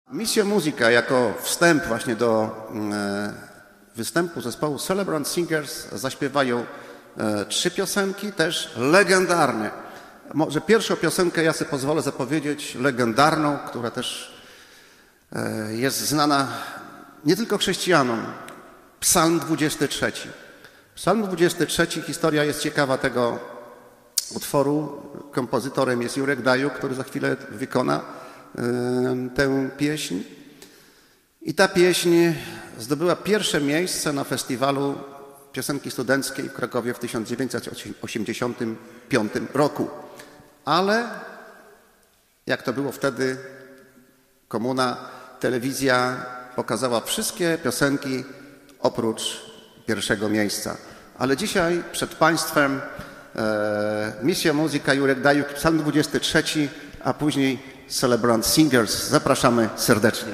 Misja Muzyka jako wstęp właśnie do występu zespołu Celebrant Singers zaśpiewają 3 piosenki, też legendarne. Może pierwszą piosenkę ja sobie pozwolę zapowiedzieć, legendarną, która też jest znana nie tylko chrześcijanom. Psalm 23. Psalm 23, historia jest ciekawa tego utworu. Kompozytorem jest Jurek Dajuk, który za chwilę wykona tę pieśń. I ta pieśń zdobyła pierwsze miejsce na festiwalu piosenki studenckiej w Krakowie w 1985 roku. Ale jak to było wtedy, komuna, telewizja pokazała wszystkie piosenki oprócz pierwszego miejsca. Ale dzisiaj przed Państwem Misja Muzyka, Jurek Dajuk, Psalm 23, a później Celebrant Singers. Zapraszamy serdecznie.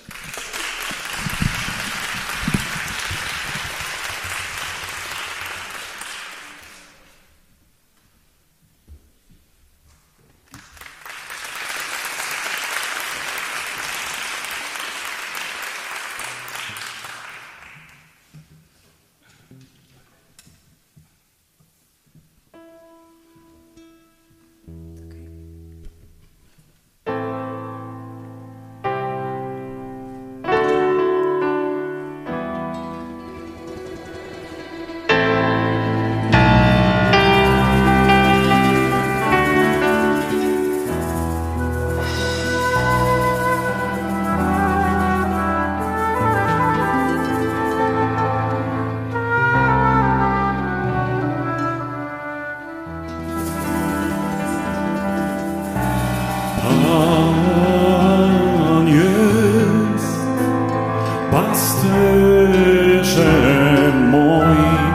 Pasterzem moim,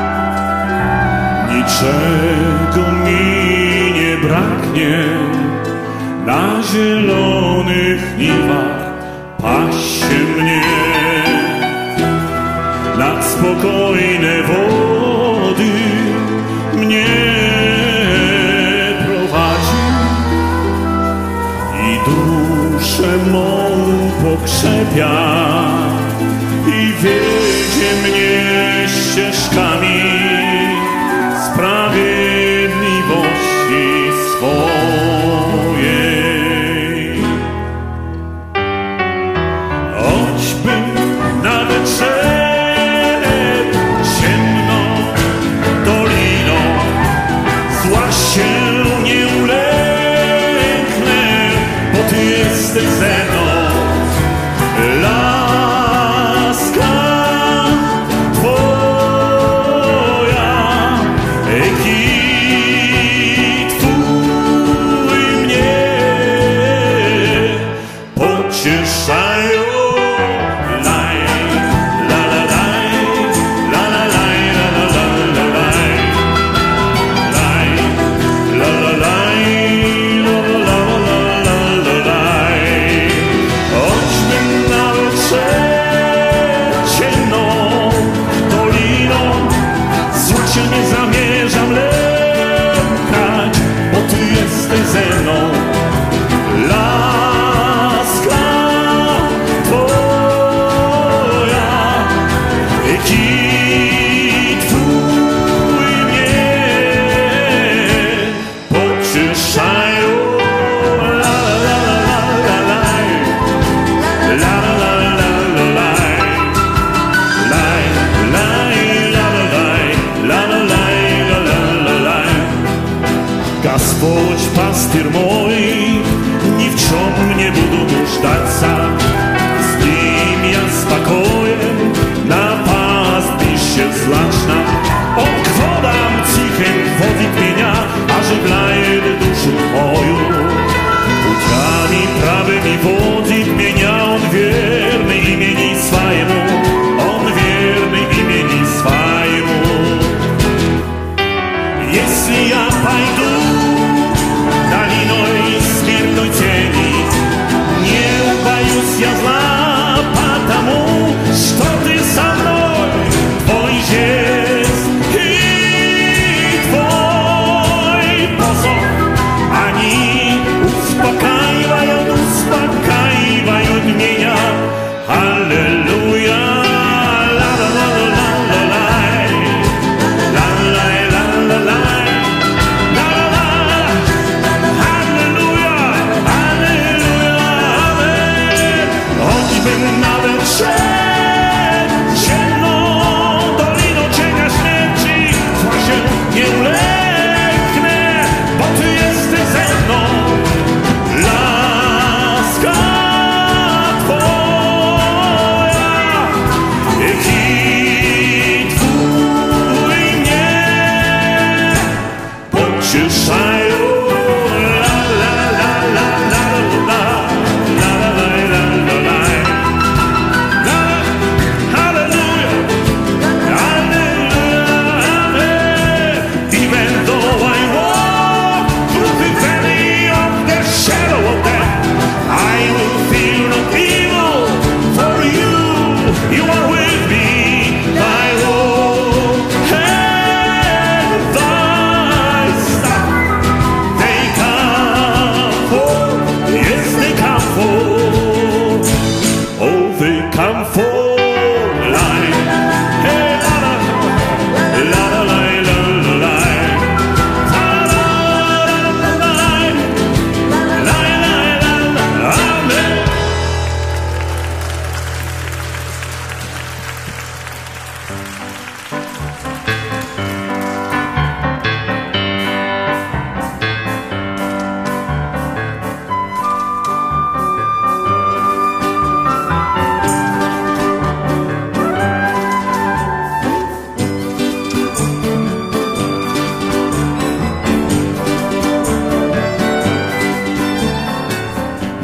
niczego mi nie braknie, na zielonych niwach pasie mnie, nad spokojne wody mnie prowadzi i duszę mą pokrzepia i wiedzie mnie ścieżkami sprawiedliwości swojej. Choćbym nawet szedł ciemną doliną, zła się nie ulęknę, bo Ty jesteś ze mną. Господь пастырь мой, ни в чем не буду нуждаться, с Ним я спокоен, на пастбище злачном. Он к водам тихим водит меня, оживляет душу мою. Путями правыми водит меня, Он верный имени своему, Он верный имени своему. Если я пойду долиной смертной тени, не убоюсь я зла, потому что Ты со мной, Твой жест и Твой посох, они успокаивают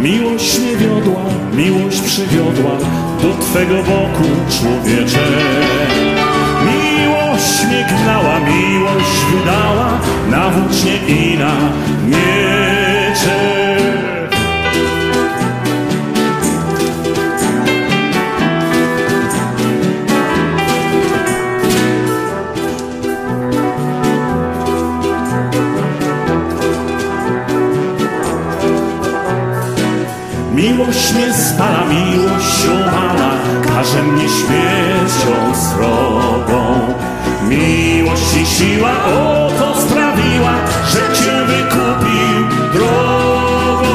Miłość mnie wiodła, miłość przywiodła do Twego boku, człowiecze. Miłość mnie gnała, miłość wydała na włócznie i na miecze. Miłość mnie spala, miłość obala, każe mnie śmiercią srogą. Miłość i siła oto sprawiła, że Cię wykupił drogo.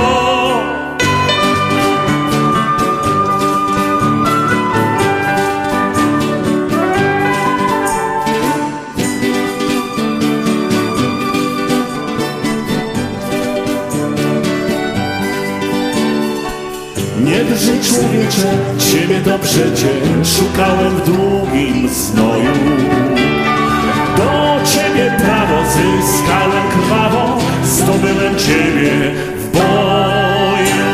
Nie drżyj, człowiecze, Ciebie to przecie szukałem w długim znoju. Do Ciebie prawo zyskałem krwawo, zdobyłem Ciebie w boju.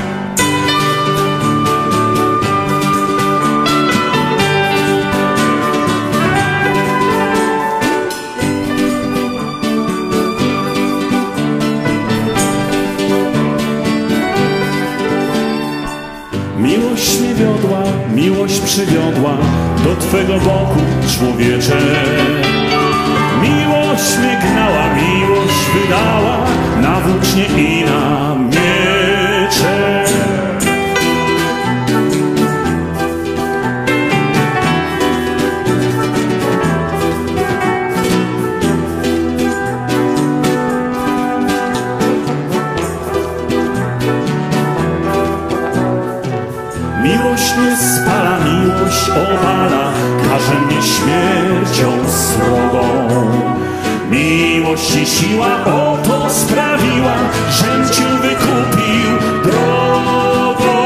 Miłość mnie wiodła, miłość przywiodła do Twego boku, człowiecze. Miłość mnie gnała, miłość wydała na włócznie i na miecze. Miłość mnie spala, miłość obala, każe mnie śmiercią srogą. Miłość i siła oto sprawiła, żem Cię wykupił drogo.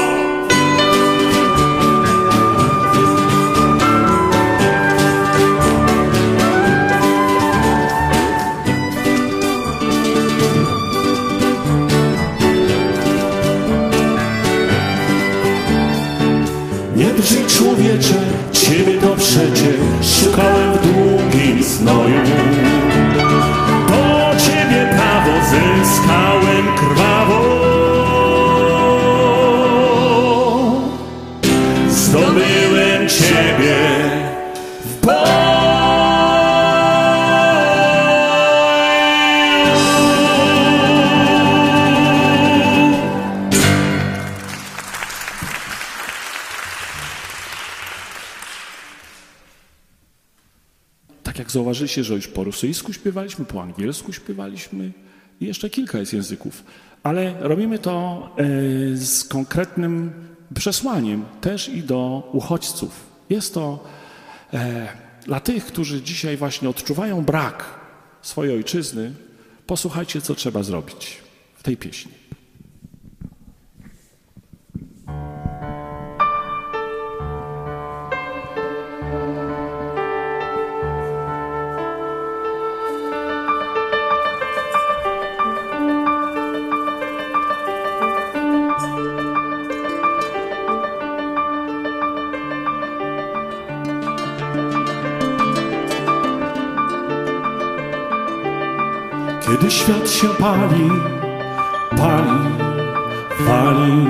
Nie drżyj, człowiecze, Ciebie to przecie szukałem w długim znoju. Do Ciebie prawo zyskałem krwawo. Zdobyłem Ciebie w boju. Tak jak zauważyliście, że już po rosyjsku śpiewaliśmy, po angielsku śpiewaliśmy i jeszcze kilka jest języków, ale robimy to z konkretnym przesłaniem też i do uchodźców. Jest to dla tych, którzy dzisiaj właśnie odczuwają brak swojej ojczyzny. Posłuchajcie, co trzeba zrobić w tej pieśni. Kiedy świat się pali, pali, pali.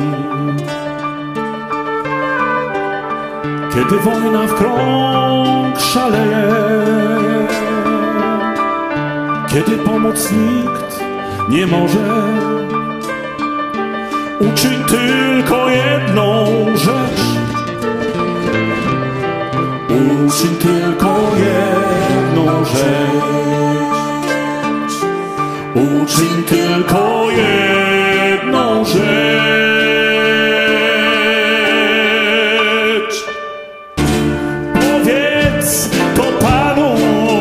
Kiedy wojna w krąg szaleje, kiedy pomóc nikt nie może, uczyń tylko jedną rzecz. Uczyń tylko jedną rzecz. Uczyń tylko jedną rzecz. Powiedz to Panu,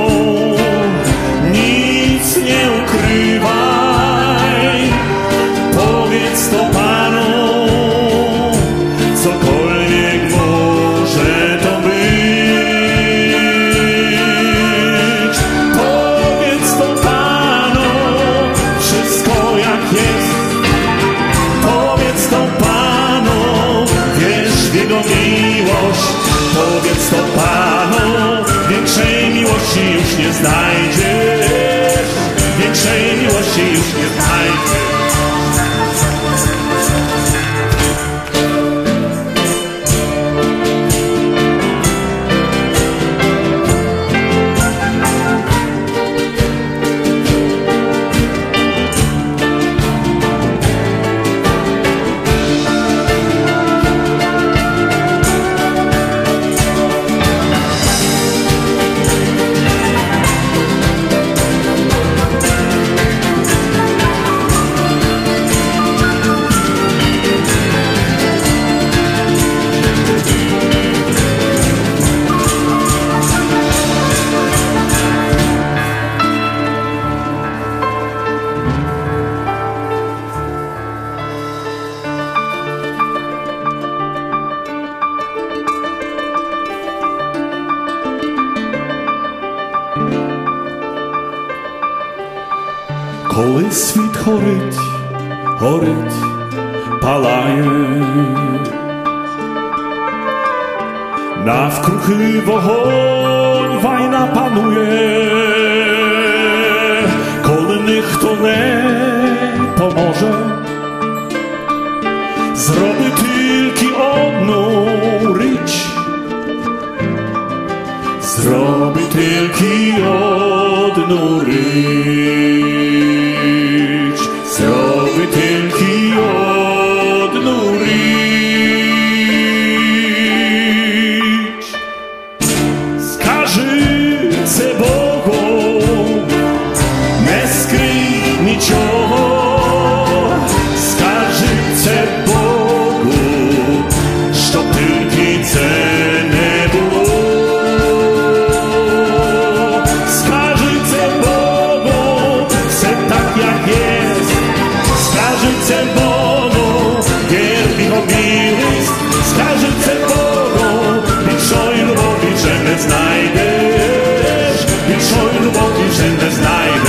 nic nie ukrywaj. Powiedz to Panu, cokolwiek może to być. Powiedz to Panu, wszystko jak jest. znajdziesz, większej miłości już nie znajdziesz. Коли світ горить, горить, палає, навкруги вогонь, війна панує, коли ніхто не поможе, зроби тільки одну річ, зроби тільки одну річ. Зроби тільки одну річ. Скажи це Богу, не скрий нічого. Скажи це Богу, щоб тільки це не було. Скажи це Богу, все так, як є. Скажи це Богу, вірний милість, скажи це Богу, більшої любові вже не знайдеш, більшої любові вже не знайдеш.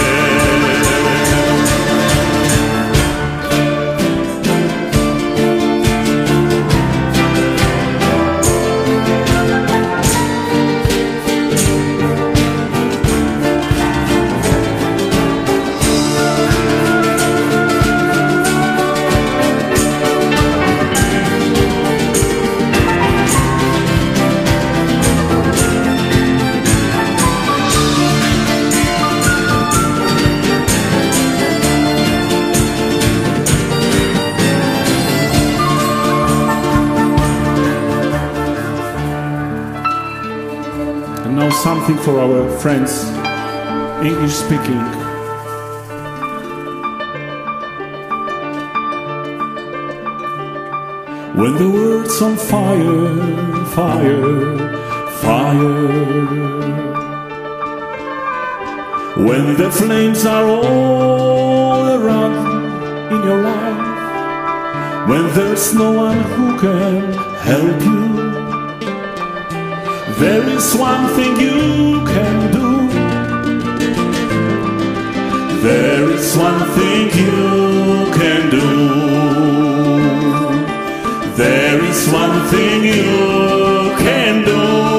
And now something for our friends, English speaking. When the world's on fire, fire, fire. When the flames are all around in your life. When there's no one who can help you. There is one thing you can do. There is one thing you can do. There is one thing you can do.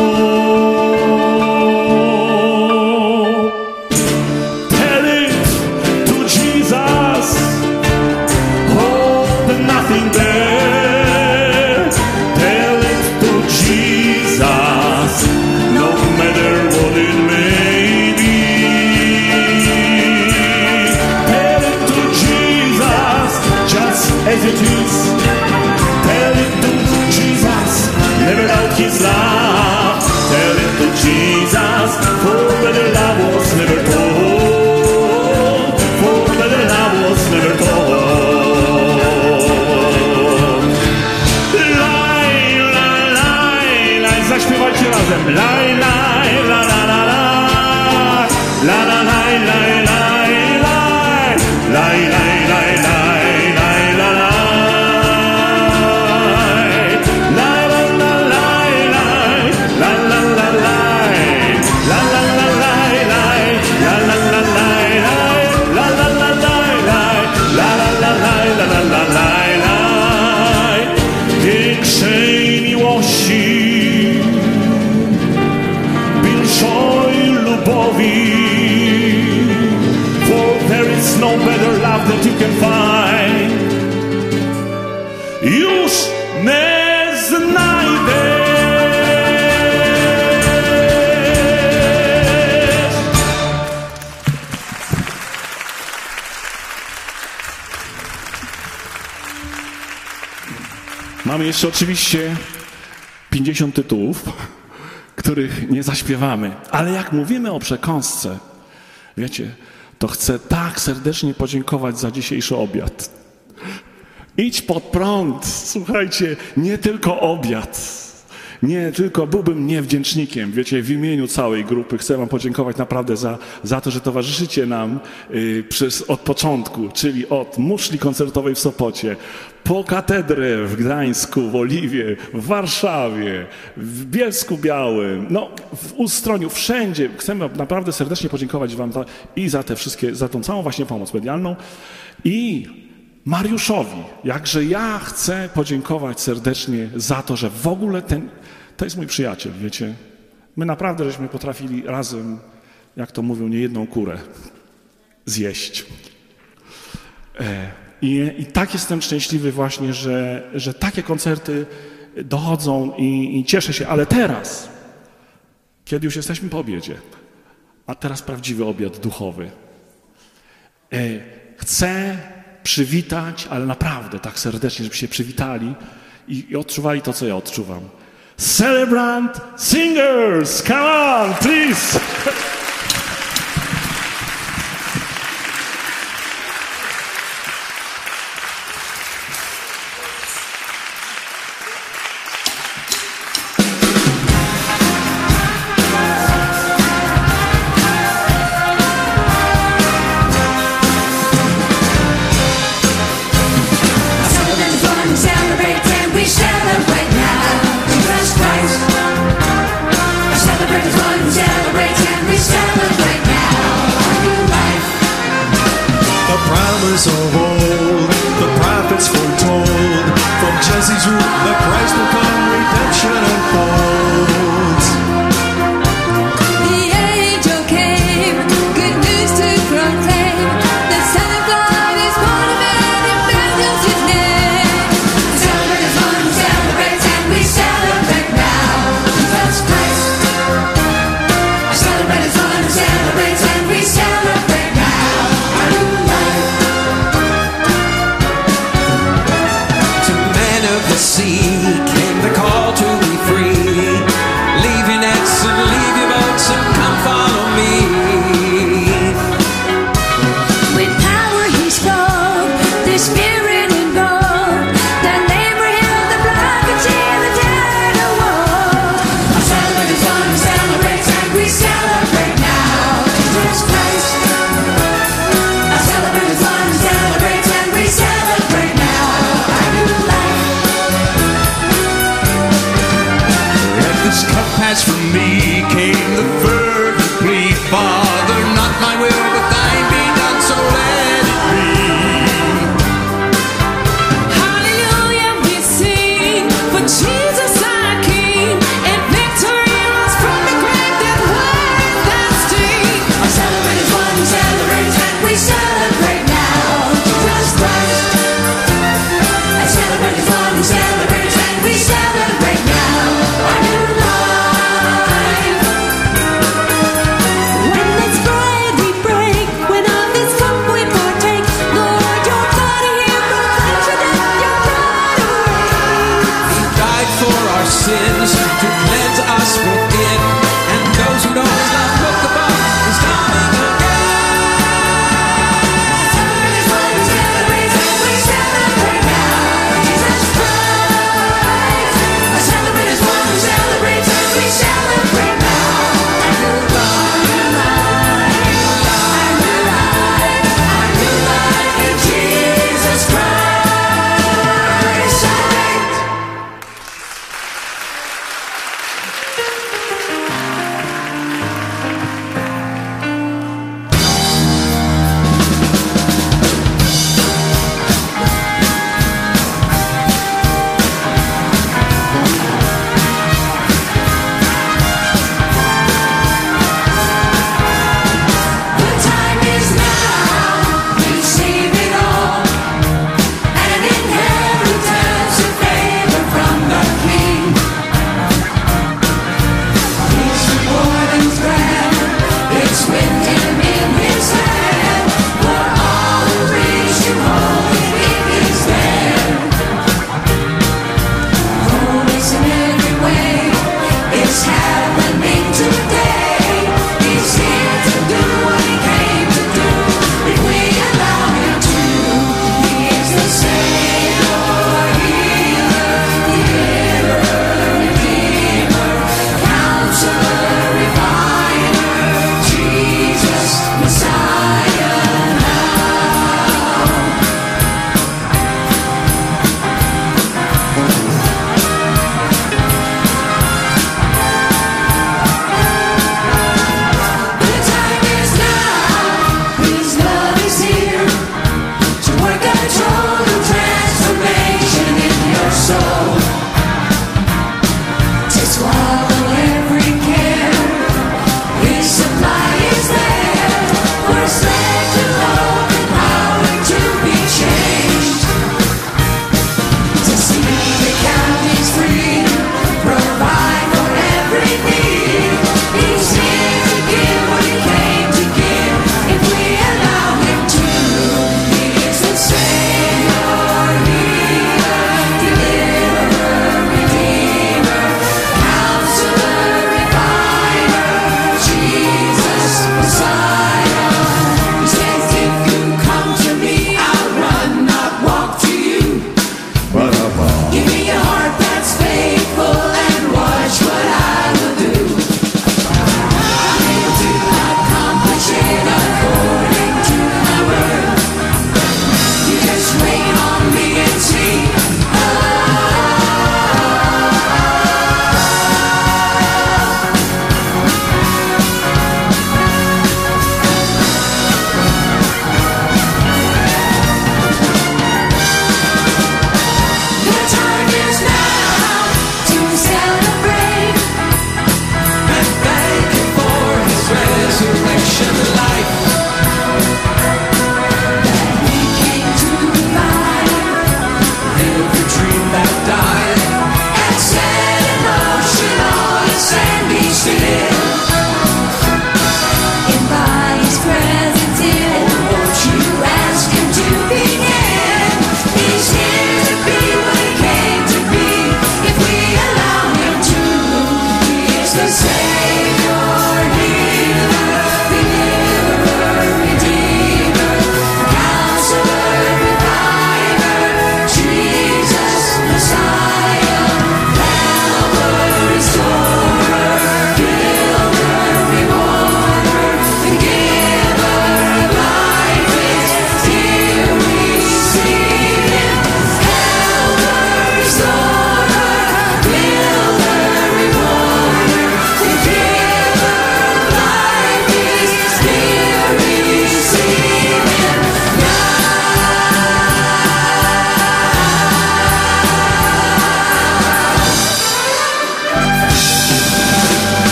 Tell it to Jesus. Hold nothing there. Tell it to Jesus. No matter what it may be. Tell it to Jesus. Just as it is. Tell it to Jesus, never doubt his love. Tell it to Jesus, for the love was never told. For the love was never told. Laj, laj, laj, laj, zaśpiewajcie razem. Laj, laj, la, la, la, la. La, la, laj, laj, laj, laj. Laj, laj, laj, laj. Większej miłości, większej lubowi. Mamy jeszcze oczywiście 50 tytułów, których nie zaśpiewamy. Ale jak mówimy o przekąsce, wiecie, to chcę tak serdecznie podziękować za dzisiejszy obiad. Idź pod prąd, słuchajcie, nie tylko obiad. Nie, tylko byłbym niewdzięcznikiem, wiecie, w imieniu całej grupy chcę wam podziękować naprawdę za to, że towarzyszycie nam od początku, czyli od muszli koncertowej w Sopocie, po katedrę w Gdańsku, w Oliwie, w Warszawie, w Bielsku Białym, no w Ustroniu, wszędzie. Chcemy naprawdę serdecznie podziękować wam i za te wszystkie, za tą całą właśnie pomoc medialną i Mariuszowi, jakże ja chcę podziękować serdecznie za to, że w ogóle to jest mój przyjaciel, wiecie. My naprawdę żeśmy potrafili razem, jak to mówią, niejedną kurę zjeść. I tak jestem szczęśliwy właśnie, że takie koncerty dochodzą i cieszę się. Ale teraz, kiedy już jesteśmy po obiedzie, a teraz prawdziwy obiad duchowy, chcę przywitać, ale naprawdę tak serdecznie, żeby się przywitali i odczuwali to, co ja odczuwam. Celebrant Singers! Come on, please! Of old, the prophets foretold, from Jesse's root, the Christ will come, redemption unfolds. The angel came, good news to proclaim. The Son of God is born of man, Emmanuel's his name. The celebrate is one who celebrates, and we celebrate now. Jesus Christ. Our celebrate is one who celebrates, and we celebrate now. Our new life. The sea came the call to be free.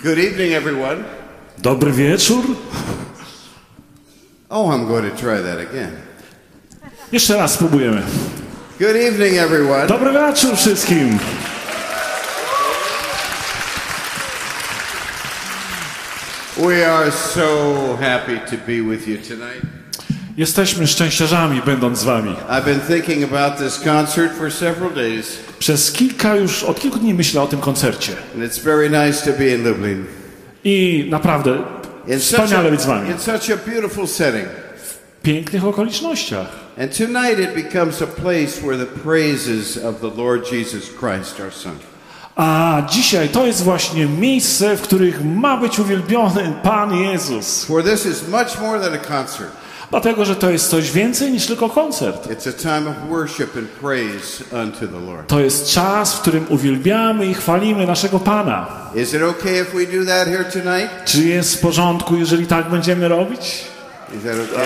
Good evening, everyone. Dobry wieczór. Oh, I'm going to try that again. Jeszcze raz spróbujemy. Good evening, everyone. Dobry wieczór wszystkim. We are so happy to be with you tonight. Jesteśmy szczęściarzami, będąc z wami. I've been thinking about this concert for several days, Od kilku dni myślę o tym koncercie. and it's very nice to be in Lublin. I naprawdę wspaniale być z wami. In such a beautiful setting. W pięknych okolicznościach. And tonight it becomes a place where the praises of the Lord Jesus Christ are sung. A dzisiaj to jest właśnie miejsce, w których ma być uwielbiony Pan Jezus. For this is much more than a concert. Dlatego, że to jest coś więcej niż tylko koncert. It's a time of worship and praise unto the Lord. To jest czas, w którym uwielbiamy i chwalimy naszego Pana. Is it okay if we do that here tonight? Czy jest w porządku, jeżeli tak będziemy robić? Is that okay?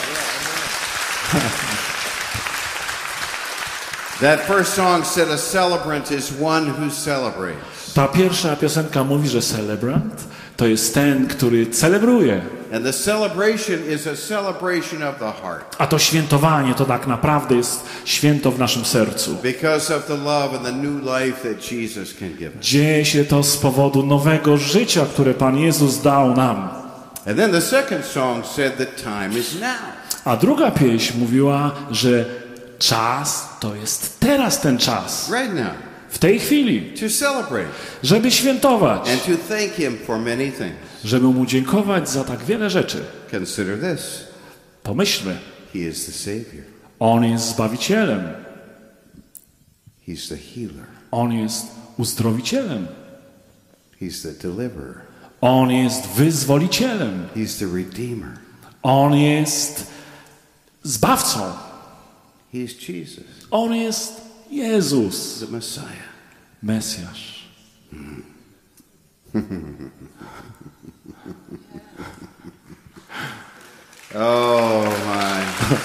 That first song said a celebrant is one who celebrates. Ta pierwsza piosenka mówi, że celebrant to jest ten, który celebruje. And the celebration is a celebration of the heart. A to świętowanie to tak naprawdę jest święto w naszym sercu. Because of the love and the new life that Jesus can give us. Dzieje się to z powodu nowego życia, które Pan Jezus dał nam. And then the second song said that time is now. A druga pieśń mówiła, że czas to jest teraz ten czas. Right now. W tej chwili. To celebrate. Żeby świętować. And to thank Him for many things. Żeby Mu dziękować za tak wiele rzeczy. Consider this. Pomyślmy. He is the Savior. On jest Zbawicielem. He's the healer. On jest uzdrowicielem. He's the deliverer. On jest wyzwolicielem. He's the redeemer. On jest zbawcą. He's Jesus. On jest Jezus. The Messiah. Mesjasz. Oh my.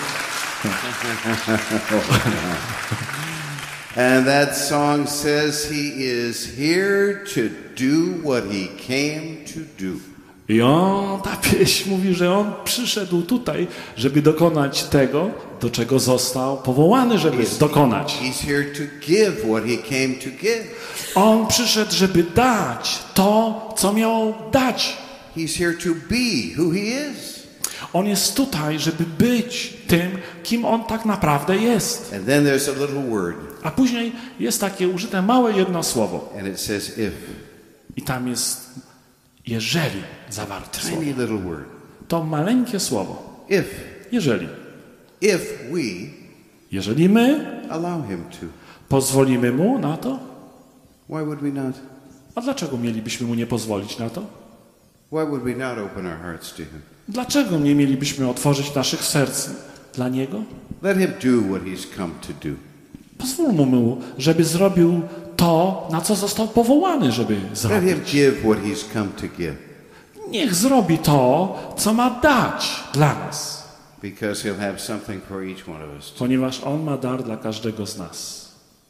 And that song says he is here to do what he came to do. I ta pieśń mówi, że on przyszedł tutaj, żeby dokonać tego, do czego został powołany, żeby dokonać. He's here to give what he came to give. On przyszedł, żeby dać to, co miał dać. He's here to be who he is. On jest tutaj, żeby być tym, kim on tak naprawdę jest. And then there's a little word. A później jest takie użyte małe jedno słowo. And it says if. I tam jest jeżeli zawarte słowo. Tiny little word. To maleńkie słowo. If. Jeżeli. If we Jeżeli my allow him to. pozwolimy mu na to, Why would we not? a dlaczego mielibyśmy mu nie pozwolić na to? Why would we not open our hearts to him? Dlaczego nie mielibyśmy otworzyć naszych serc dla niego? Let him do what he's come to do. Pozwólmy mu, żeby zrobił to, na co został powołany, żeby Let him zrobić. give what he's come to give. Niech zrobi to, co ma dać dla nas. Because he'll have something for each one of us. Ponieważ on ma dar dla każdego z nas.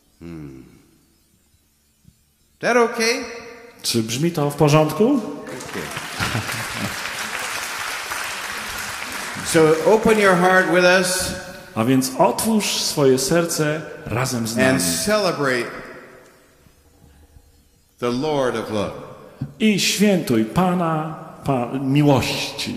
That okay? Czy brzmi to w porządku? Okay. So open your heart with us A więc otwórz swoje serce razem z nami and celebrate the Lord of love. i świętuj Pana miłości.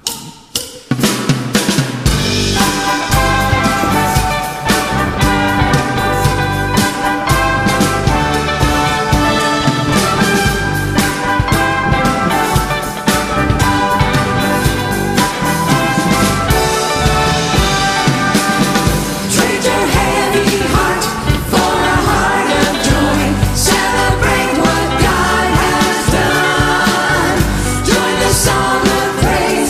Trade your heavy heart for a heart of joy. Celebrate what God has done. Join the song of praise.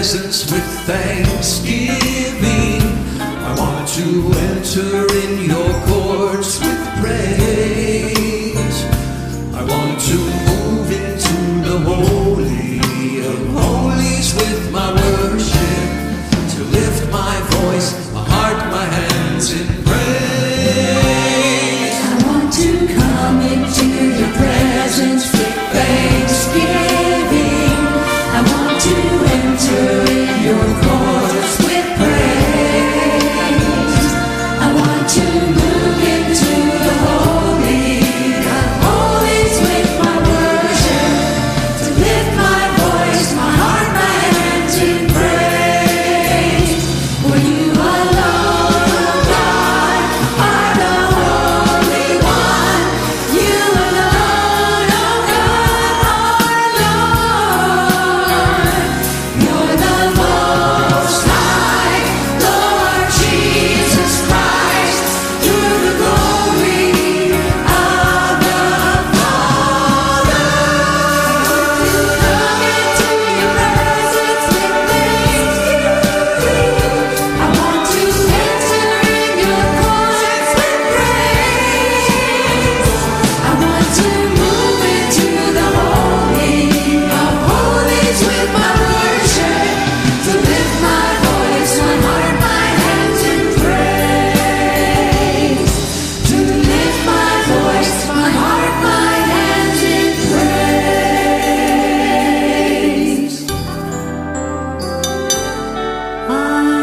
presence with thanksgiving. I want to enter in your courts with praise. I want to move into the holy of holies with my worship, to lift my voice, my heart, my hands in praise. I want to come into your presence with thanksgiving. I want to enter in your courts with praise. I want to move into the holy of holies with my worship, to lift my voice, my heart, my hands in praise. For you alone, God, are the Holy One. You alone, oh God, are Lord. You're the Most High, Lord Jesus Christ. You're the glory of the Father. Come into your presence with thanksgiving. I want to enter in your courts with praise. I want to move into the holy of holies with my worship, to lift my voice, my heart, my hands in praise. To lift my voice, my heart, my hands in praise. I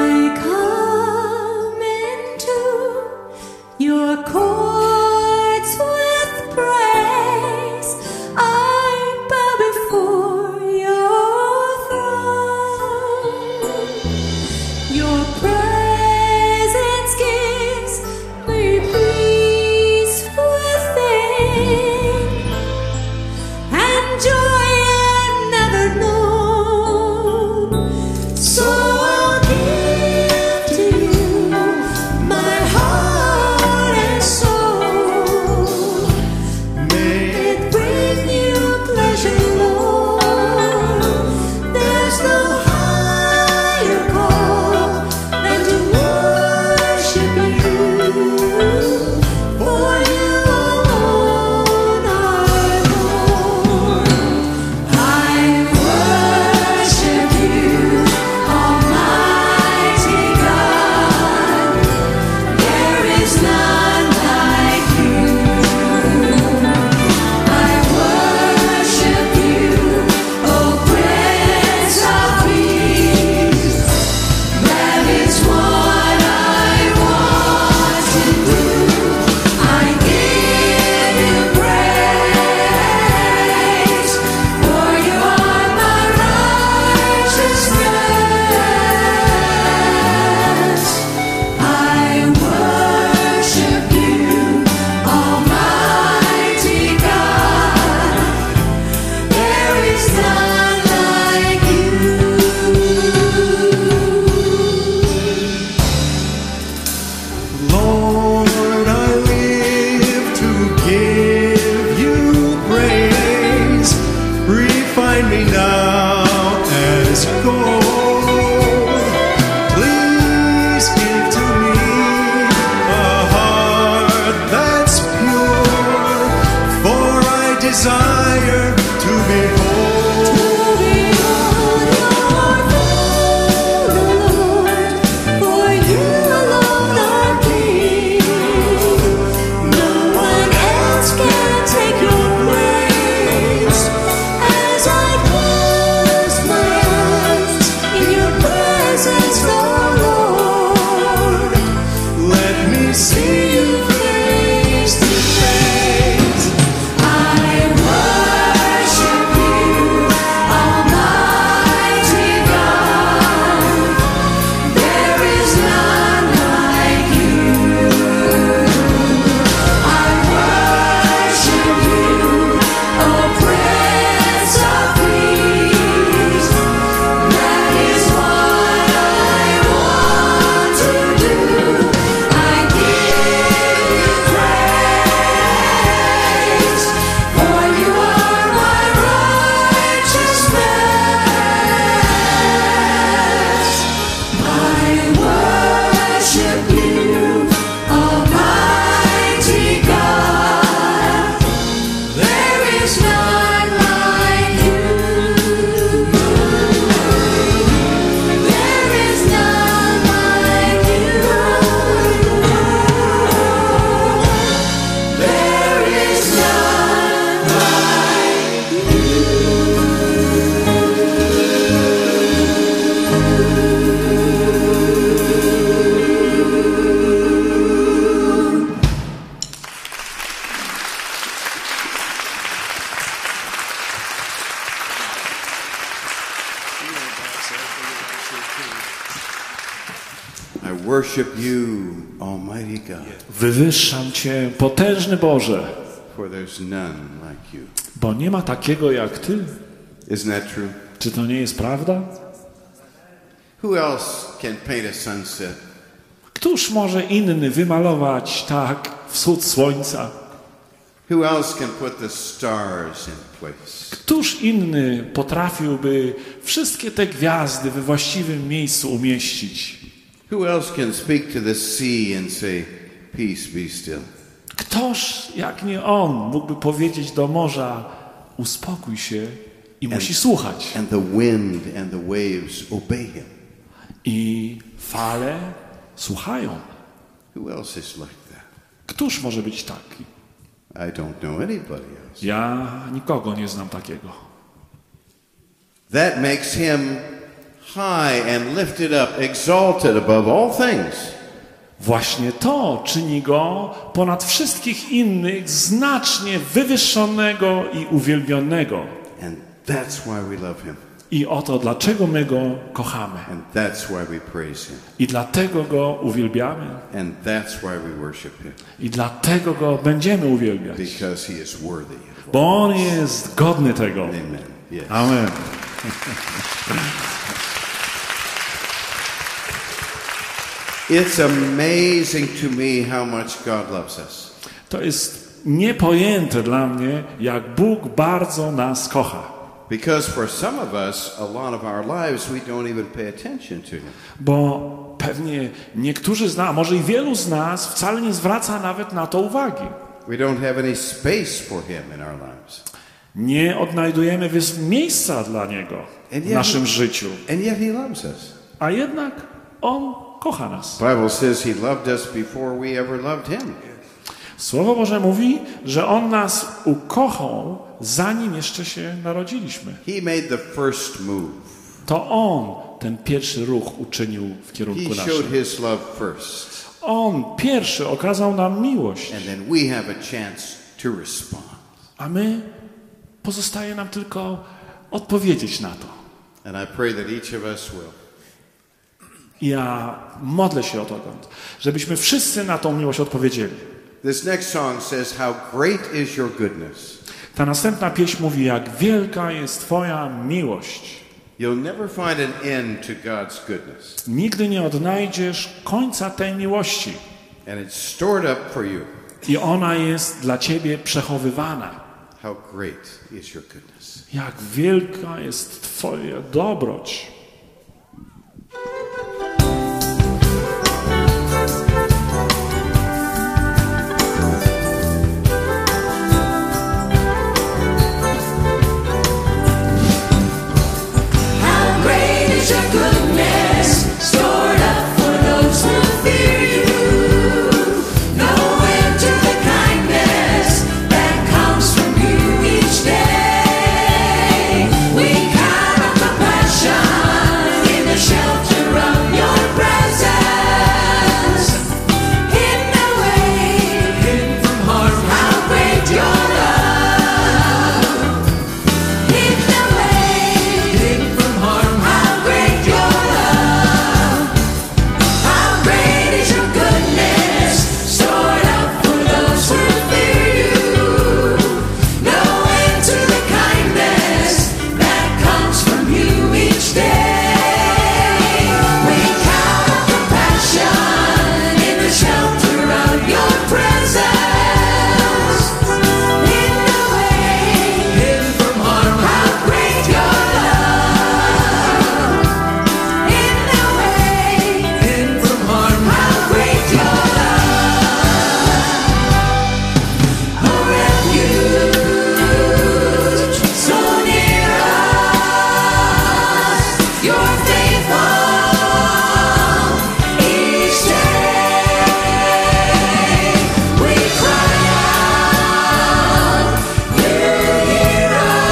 come into your courts with praise. I bow before your throne. Your presence gives me peace within, and joy I've never known. So I'll give to you my heart and soul. May it bring you pleasure, Lord. There's no higher call than to worship you. For you alone are Lord. I worship you, Almighty God. There is none like you. I worship you, O Prince of Peace. That is what I want to do. I give you praise, for you are my righteousness. I worship you, Almighty God. There is none like you. Lord, I live to give you praise. Refine me now as gold. Please give to me a heart that's pure, for I desire to behold. For you alone are King. No one else can take your place. As I close my eyes in your presence, oh Lord, Let me see you face to face. I worship you, Almighty God. There is none like you. I worship you, O Prince of Peace. That is what I want to do. I give worship you, Almighty God, Wywyższam Cię, potężny Boże, for there's none like you. bo nie ma takiego jak Ty. Isn't that true? Czy to nie jest prawda? Who else can paint a sunset? Któż może inny wymalować tak wschód słońca? Who else can put the stars in place? Któż inny potrafiłby wszystkie te gwiazdy we właściwym miejscu umieścić? Who else can speak to the sea and say, peace, be still? Ktoż, jak nie On, mógłby powiedzieć do morza, uspokój się i musi słuchać. And the wind and the waves obey him. I fale słuchają. Who else is like that? Któż może być taki? I don't know anybody else. Ja nikogo nie znam takiego. That makes him high and lifted up, exalted above all things. Właśnie to czyni Go ponad wszystkich innych znacznie wywyższonego i uwielbionego. And that's why we love him. I oto dlaczego my Go kochamy. And that's why we praise him. I dlatego Go uwielbiamy. And that's why we worship him. I dlatego Go będziemy uwielbiać. Because he is worthy. Bo On jest godny tego. Amen. Yes. Amen. It's amazing to me how much God loves us. To jest niepojęte dla mnie, jak Bóg bardzo nas kocha. Because for some of us, a lot of our lives, we don't even pay attention to him. Bo pewnie niektórzy z nas, a może i wielu z nas wcale nie zwraca nawet na to uwagi. We don't have any space for him in our lives. Nie odnajdujemy miejsca dla Niego w naszym życiu. And yet he loves us. A jednak On kocha nas. The Bible says he loved us before we ever loved him. Słowo Boże mówi, że On nas ukochał, zanim jeszcze się narodziliśmy. He made the first move. To On ten pierwszy ruch uczynił w kierunku He showed naszym. his love first. On pierwszy okazał nam miłość, And then we have a chance to respond. a my pozostaje nam tylko odpowiedzieć na to. And I pray that each of us will. Ja modlę się o to, żebyśmy wszyscy na tą miłość odpowiedzieli. This next song says, how great is your goodness. Ta następna pieśń mówi, jak wielka jest Twoja miłość. You'll never find an end to God's goodness. Nigdy nie odnajdziesz końca tej miłości. And it's stored up for you. I ona jest dla Ciebie przechowywana. How great is your goodness. Jak wielka jest Twoja dobroć. How great is your goodness, stored up for those who fear you. No end to the kindness that comes from you each day. We count on compassion in the shelter of your presence. Hidden away, Hidden from harm, how great your love. Hidden away. hidden from harm. How great your love, how great is your goodness, stored up for those who fear you. No end to the kindness that comes from you each day. We count on compassion in the shelter of your presence. Hidden away, Hidden from harm, how great your love. Hidden away, hidden from harm. how great your love. A refuge so near us. You're faithful each day. We cry out, you hear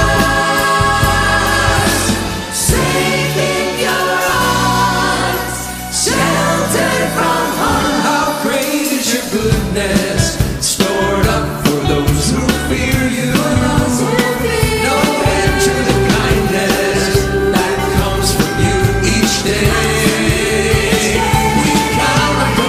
us. Safe in your arms, sheltered from harm. How great is your goodness, stored up for those who fear you. No end to the kindness that comes from you each day. We count on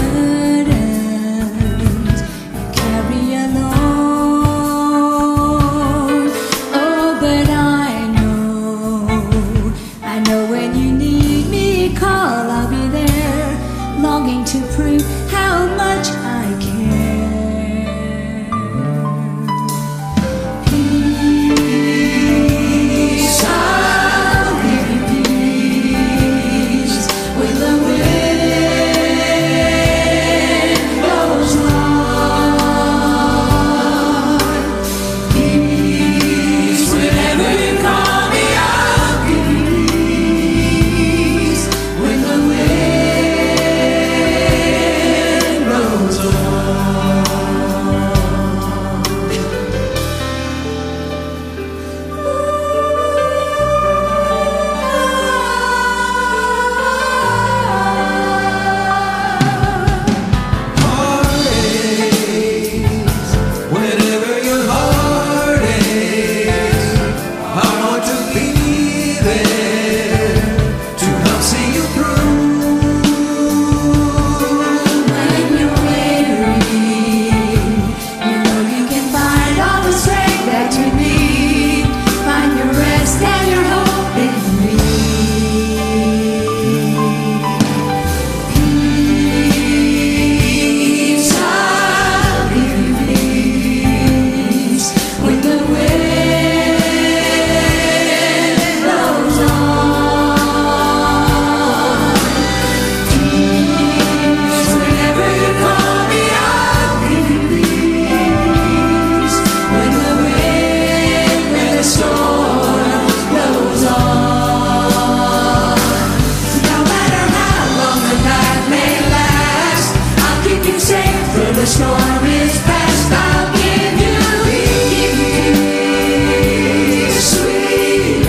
burdens you carry alone. Oh, but I know when you need me, call, I'll be there, longing to prove how much I care. Peace, I'll give you peace when the wind blows hard. Peace whenever you call me, I'll give you peace when the wind blows hard. Whenever your heart aches, I want to be there to help see you through. When you're weary, you know you can find all the strength that you need. Find your rest and your hope in me. Peace, I'll give you peace when the wind blows on. Peace whenever you call me, I'll give you peace when the wind, when the storm blows on. No matter how long the night may last, I'll keep you safe till the storm is past. I'll give you peace, sweet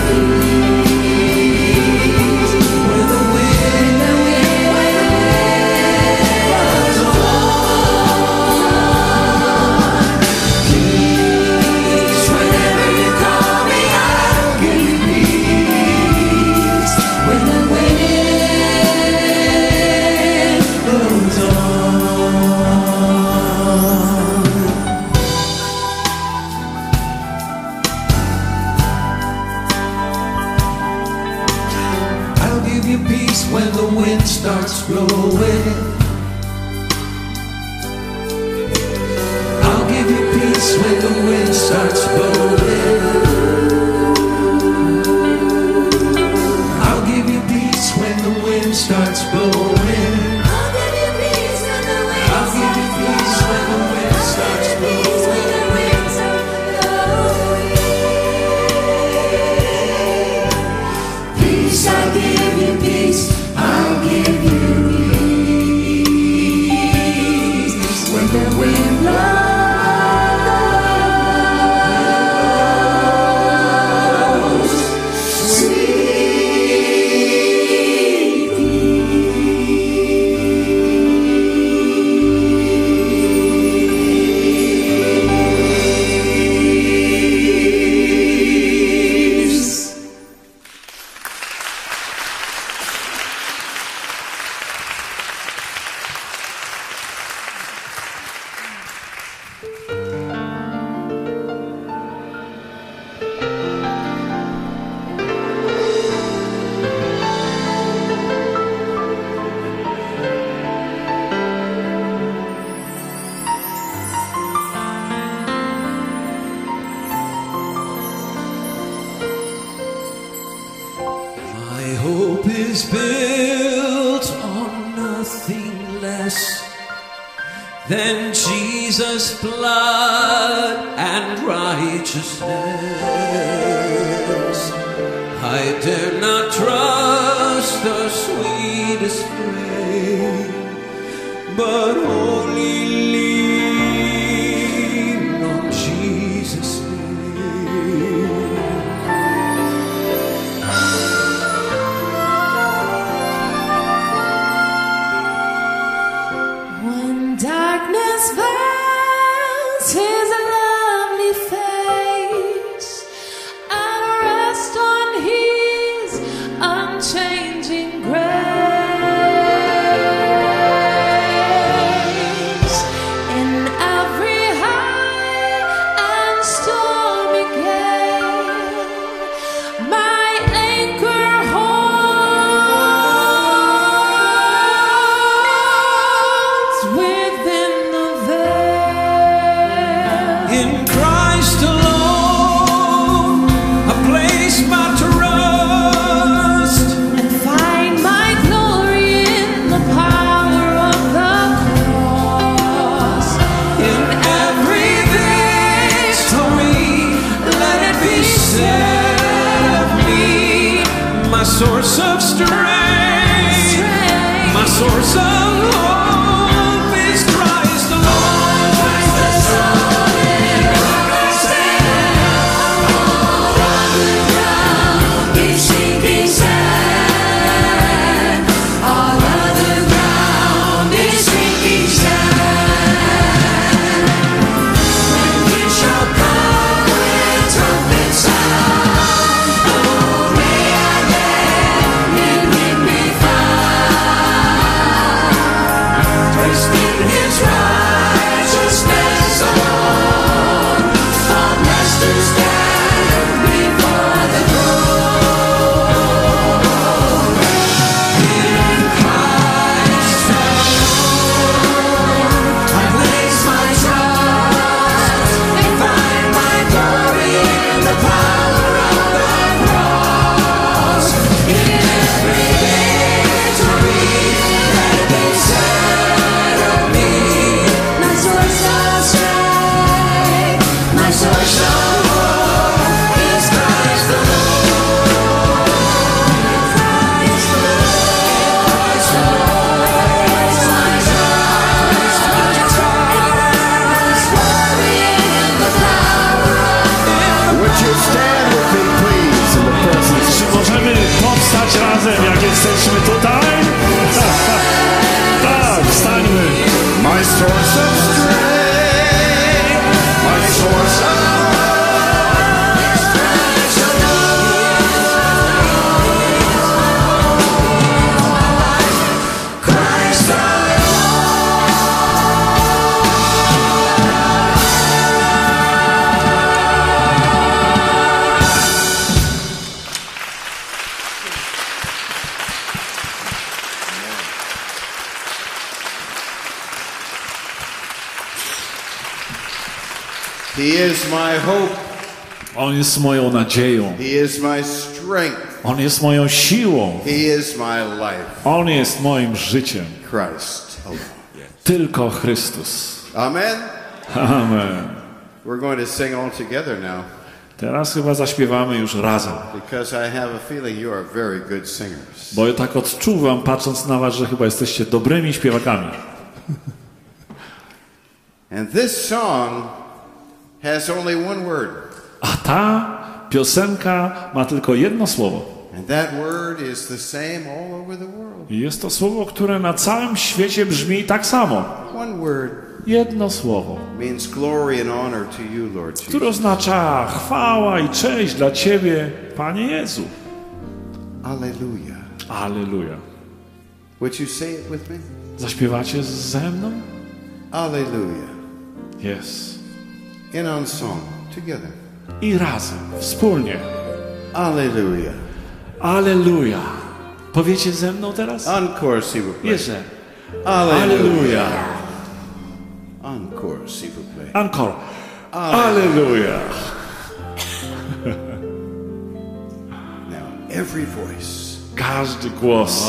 peace when the wind blows on. Peace whenever you call me, I'll give you peace when the wind blows on. I'll give you peace when the wind starts blowing. I'll give you peace when the wind starts blowing. I'll give you peace when the wind starts blowing. I'll give you peace when the wind I'll give you peace when the wind starts blowing. Peace, I'll give you peace. I'll give you peace when the wind blows. Sweet peace. My hope is built on nothing less than Jesus' blood and righteousness. I dare not trust the sweetest frame, but only lean on Jesus' name. When darkness veils his lovely face, I'll rest on his unchanging grace. Christ alone I place my trust. And find my glory in the power of the cross. In every victory, let it be said of me, my source of strength, my source of hope is Christ alone. Christ alone, all other ground is sinking sand. All other ground is sinking sand. When He shall come with trumpet sound, only I am in Him be found. Dressed in His righteousness alone, all masters stand before the throne. In Christ alone, I place my trust and find my glory in the power of the cross. In every victory, let it be said of me, My source of strength, my source of hope is Christ alone. Christ Would you stand with me, please, in the presence Czy możemy powstać razem, jak jesteśmy tutaj? Tak, wstańmy. my source of strength, my source of Christ He is my hope. On jest moją nadzieją. He is my strength. On jest moją siłą. He is my life. On jest moim życiem. Christ alone. Tylko Chrystus. Amen. Amen. We're going to sing all together now Teraz chyba zaśpiewamy już razem. because I have a feeling you are very good singers. Bo ja tak odczuwam, patrząc na was, że chyba jesteście dobrymi śpiewakami. And this song has only one word, A ta piosenka ma tylko jedno słowo. and that word is the same all over the world. I jest to słowo, które na całym świecie brzmi tak samo. One word Jedno słowo, means glory and honor to you, Lord Jesus. które oznacza chwała i cześć dla Ciebie, Panie Jezu. Alleluia. Alleluja. Would you say it with me? Zaśpiewacie ze mną? Alleluia. Jest. In on song, together. I razem, wspólnie. Alleluia. Alleluja. Powiecie ze mną teraz? Encore, s'il vous plaît. Jeszcze. Alleluia. Alleluja. Encore, s'il vous plaît. Encore. Alleluja. Now, every voice. Każdy głos.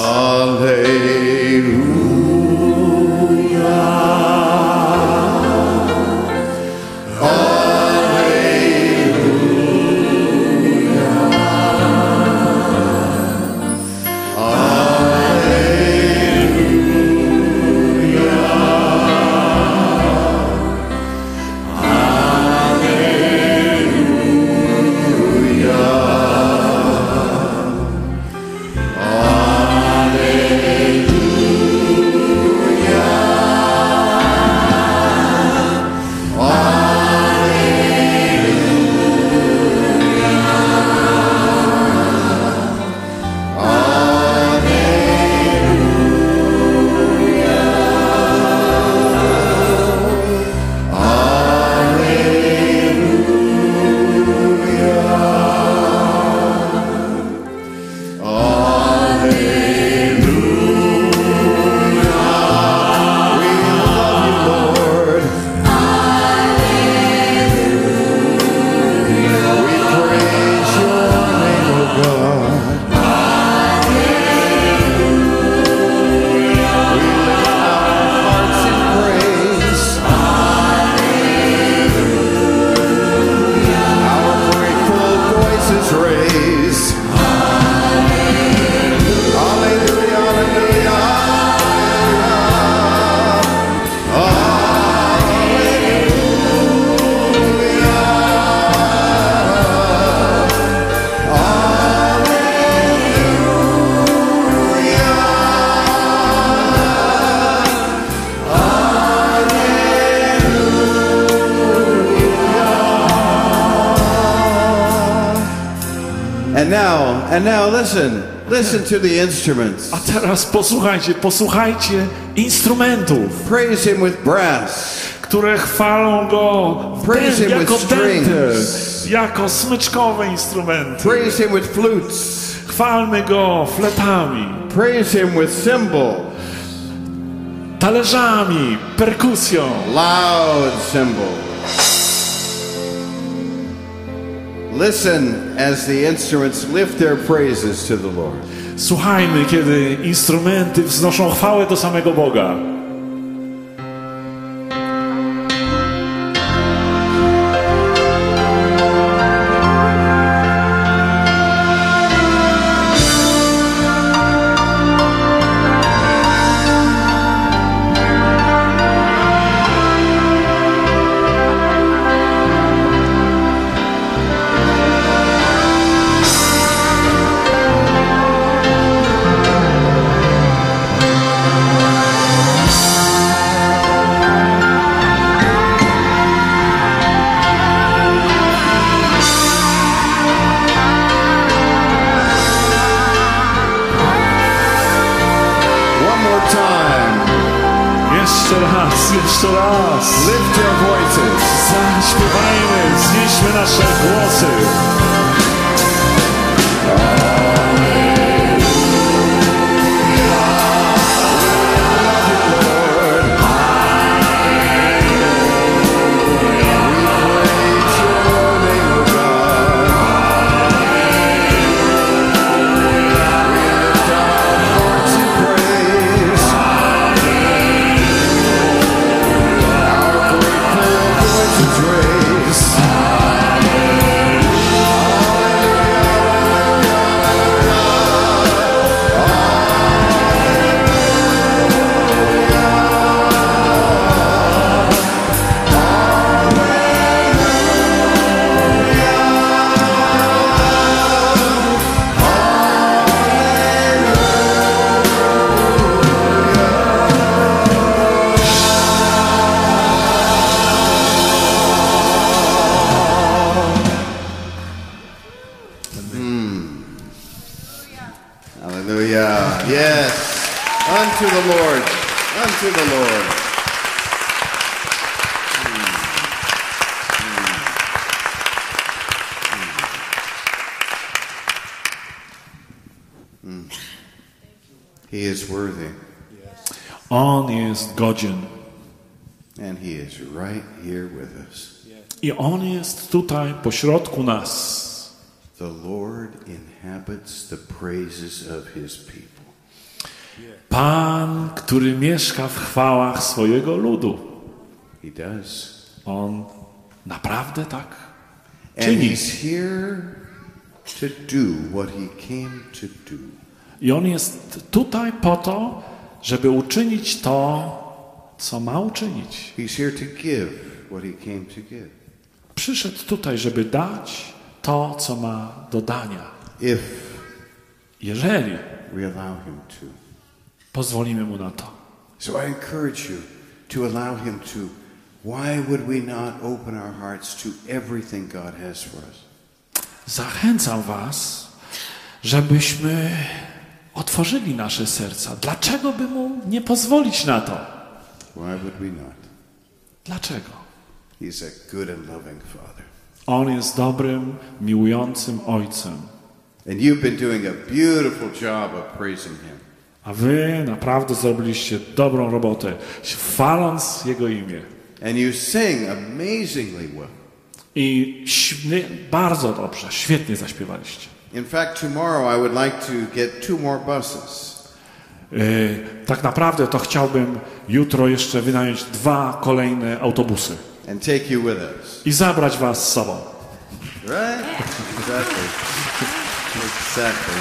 And now listen to the instruments. A teraz posłuchajcie instrumentów, Praise him with brass. które chwalą go Praise him jako with dęte, strings. jako smyczkowe instrumenty. Praise him with flutes. Chwalmy go fletami, Praise him with cymbals. talerzami, perkusją. Loud cymbals. Listen as the instruments lift their praises to the Lord. Słuchajmy, kiedy instrumenty wznoszą chwałę do samego Boga. Jeszcze raz. Lift your voices. Zaśpiewajmy, znieśmy nasze głosy. Hallelujah. Yes. Unto the Lord. Unto the Lord. He is worthy. On jest godzien. And he is right here with us. I on jest tutaj pośrodku nas. The Lord inhabits the praises of his people. Pan, który mieszka w chwałach swojego ludu. He does. On naprawdę tak And czyni. he's here to do what he came to do. I on jest tutaj po to, żeby uczynić to, co ma uczynić. He's here to give what he came to give. Przyszedł tutaj, żeby dać to, co ma do dania. Jeżeli We allow him to. pozwolimy mu na to. So I encourage you to allow him to. Why would we not open our hearts to everything God has for us? Zachęcam was, żebyśmy otworzyli nasze serca. Dlaczego by mu nie pozwolić na to? Why would we not? Dlaczego? He's a good and loving Father. On jest dobrym, miłującym Ojcem. And you've been doing a beautiful job of praising him. A wy naprawdę zrobiliście dobrą robotę, chwaląc Jego imię. And you sing amazingly well. I bardzo dobrze, świetnie zaśpiewaliście. In fact, tomorrow I would like to get 2 more buses. Tak naprawdę to chciałbym jutro jeszcze wynająć 2 kolejne autobusy And take you with us. i zabrać was z sobą. Right? Exactly. Exactly.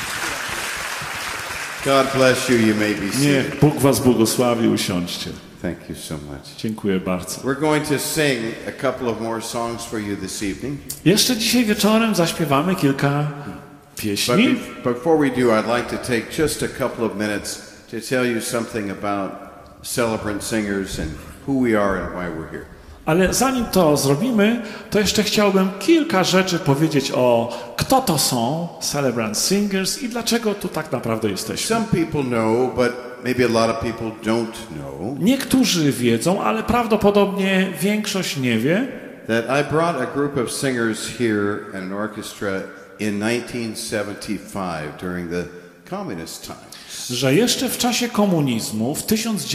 God bless you. You may be seated. Niech Bóg was błogosławi, usiądźcie. Thank you so much. Dziękuję bardzo. We're going to sing a couple of more songs for you this evening. Jeszcze dzisiaj wieczorem zaśpiewamy kilka pieśni. But before we do, I'd like to take just a couple of minutes to tell you something about Celebrant Singers and who we are and why we're here. Ale zanim to zrobimy, to jeszcze chciałbym kilka rzeczy powiedzieć o kto to są Celebrant Singers i dlaczego tu tak naprawdę jesteśmy. Some people know, but maybe a lot of people don't know, Niektórzy wiedzą, ale prawdopodobnie większość nie wie, that I brought a group of singers here and an orchestra in 1975 during the communist times. że jeszcze w czasie komunizmu w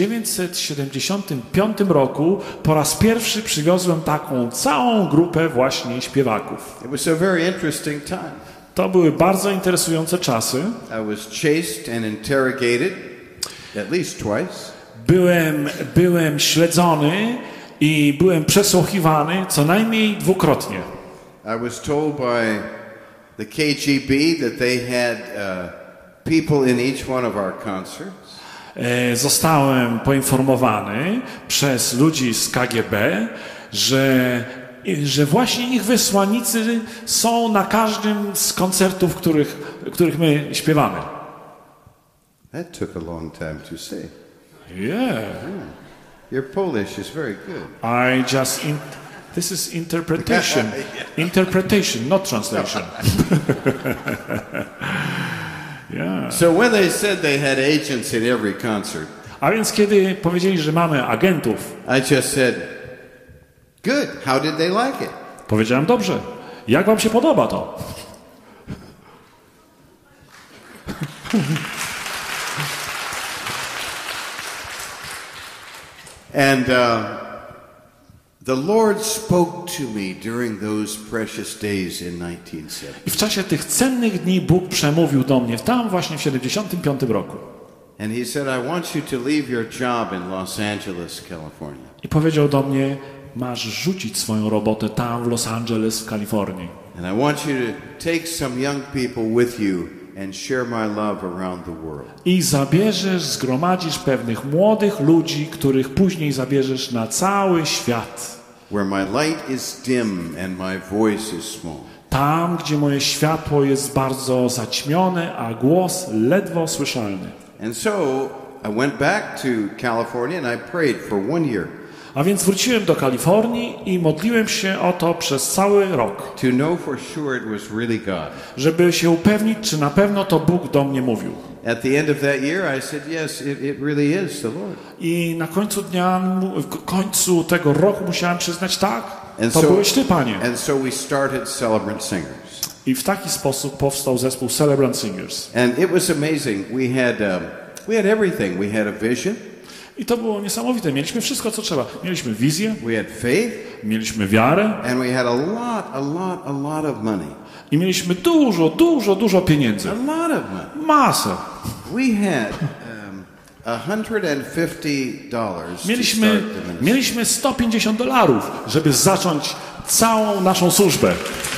1975 roku po raz pierwszy przywiozłem taką całą grupę właśnie śpiewaków. It was a very interesting time. To były bardzo interesujące czasy. I was chased and interrogated at least twice. Byłem śledzony i byłem przesłuchiwany co najmniej dwukrotnie. I was told by the KGB that they had people in each one of our concerts. Zostałem poinformowany przez ludzi z KGB, że właśnie ich wysłannicy są na każdym z koncertów, których my śpiewamy. That took a long time to say. Yeah. Your Polish is very good. This is interpretation. Interpretation, not translation. Yeah. So when they said they had agents in every concert, A więc kiedy powiedzieli, że mamy agentów, I just said, good, how did they like it? powiedziałem, dobrze, jak wam się podoba to? And the Lord spoke to me during those precious days in 1970. I w czasie tych cennych dni Bóg przemówił do mnie, tam właśnie w 75 roku. And he said, I want you to leave your job in Los Angeles, California. I powiedział do mnie, masz rzucić swoją robotę tam w Los Angeles w Kalifornii. And I want you to take some young people with you and share my love around the world. I zgromadzisz pewnych młodych ludzi, których później zabierzesz na cały świat. Where my light is dim and my voice is small. Tam, gdzie moje światło jest bardzo zaćmione, a głos ledwo słyszalny. And so I went back to California and I prayed for 1 year. A więc wróciłem do Kalifornii i modliłem się o to przez cały rok, To know for sure it was really God. żeby się upewnić, czy na pewno to Bóg do mnie mówił. At the end of that year I said, yes, it really is the Lord. I na końcu końcu tego roku musiałem przyznać, tak, And to byłeś Ty, Panie. and so we started Celebrant Singers. I w taki sposób powstał zespół Celebrant Singers. And it was amazing. We had everything. We had a vision. I to było niesamowite. Mieliśmy wszystko, co trzeba. Mieliśmy wizję, We had faith. mieliśmy wiarę And we had a lot of money. i mieliśmy dużo pieniędzy. A lot of money. Masę. We had $150 to Mieliśmy start the ministry. $150, żeby zacząć całą naszą służbę.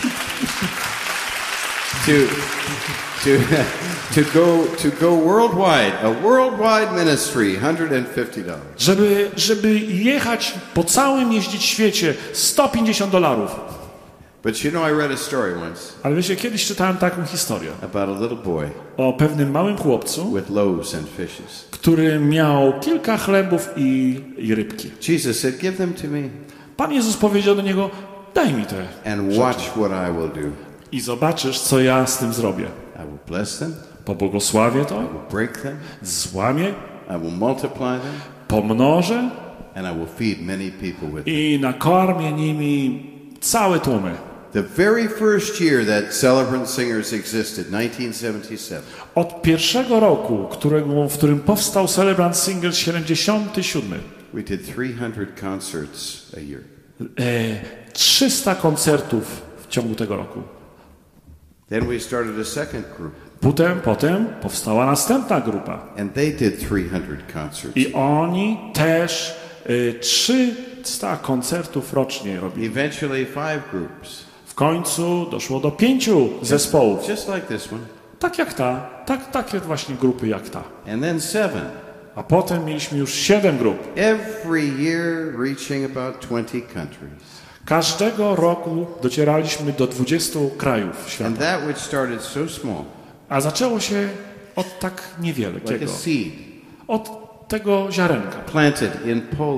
To go worldwide, a worldwide ministry, $150. Żeby jechać po całym jeździć świecie, $150. But you know, I read a story once Ale wiecie, kiedyś czytałem taką historię about a little boy o pewnym małym chłopcu, with loaves and fishes. który miał kilka chlebów i rybki. Jesus said, give them to me Pan Jezus powiedział do niego, daj mi te and watch what I will do. i zobaczysz, co ja z tym zrobię. I will bless them, Pobłogosławię to, I will break them, złamię, I will multiply them, pomnożę and I will feed many people with them. i nakarmię nimi całe tłumy. The very first year that Celebrant Singers existed, 1977, Od pierwszego roku, w którym powstał Celebrant Singers 77, we did 300 concerts a year. 300 koncertów w ciągu tego roku. Then we started a second group, Potem powstała następna grupa and they did 300 concerts. i oni też 300 koncertów rocznie robili. Eventually 5 groups, W końcu doszło do 5 zespołów. just like this one, Tak jak ta, takie właśnie grupy jak ta. and then 7. A potem mieliśmy już 7 grup. Every year reaching about 20 countries. Każdego roku docieraliśmy do 20 krajów And świata. that which started so small, A zaczęło się od tak like niewielkiego. a seed, Od tego ziarenka. planted in Poland,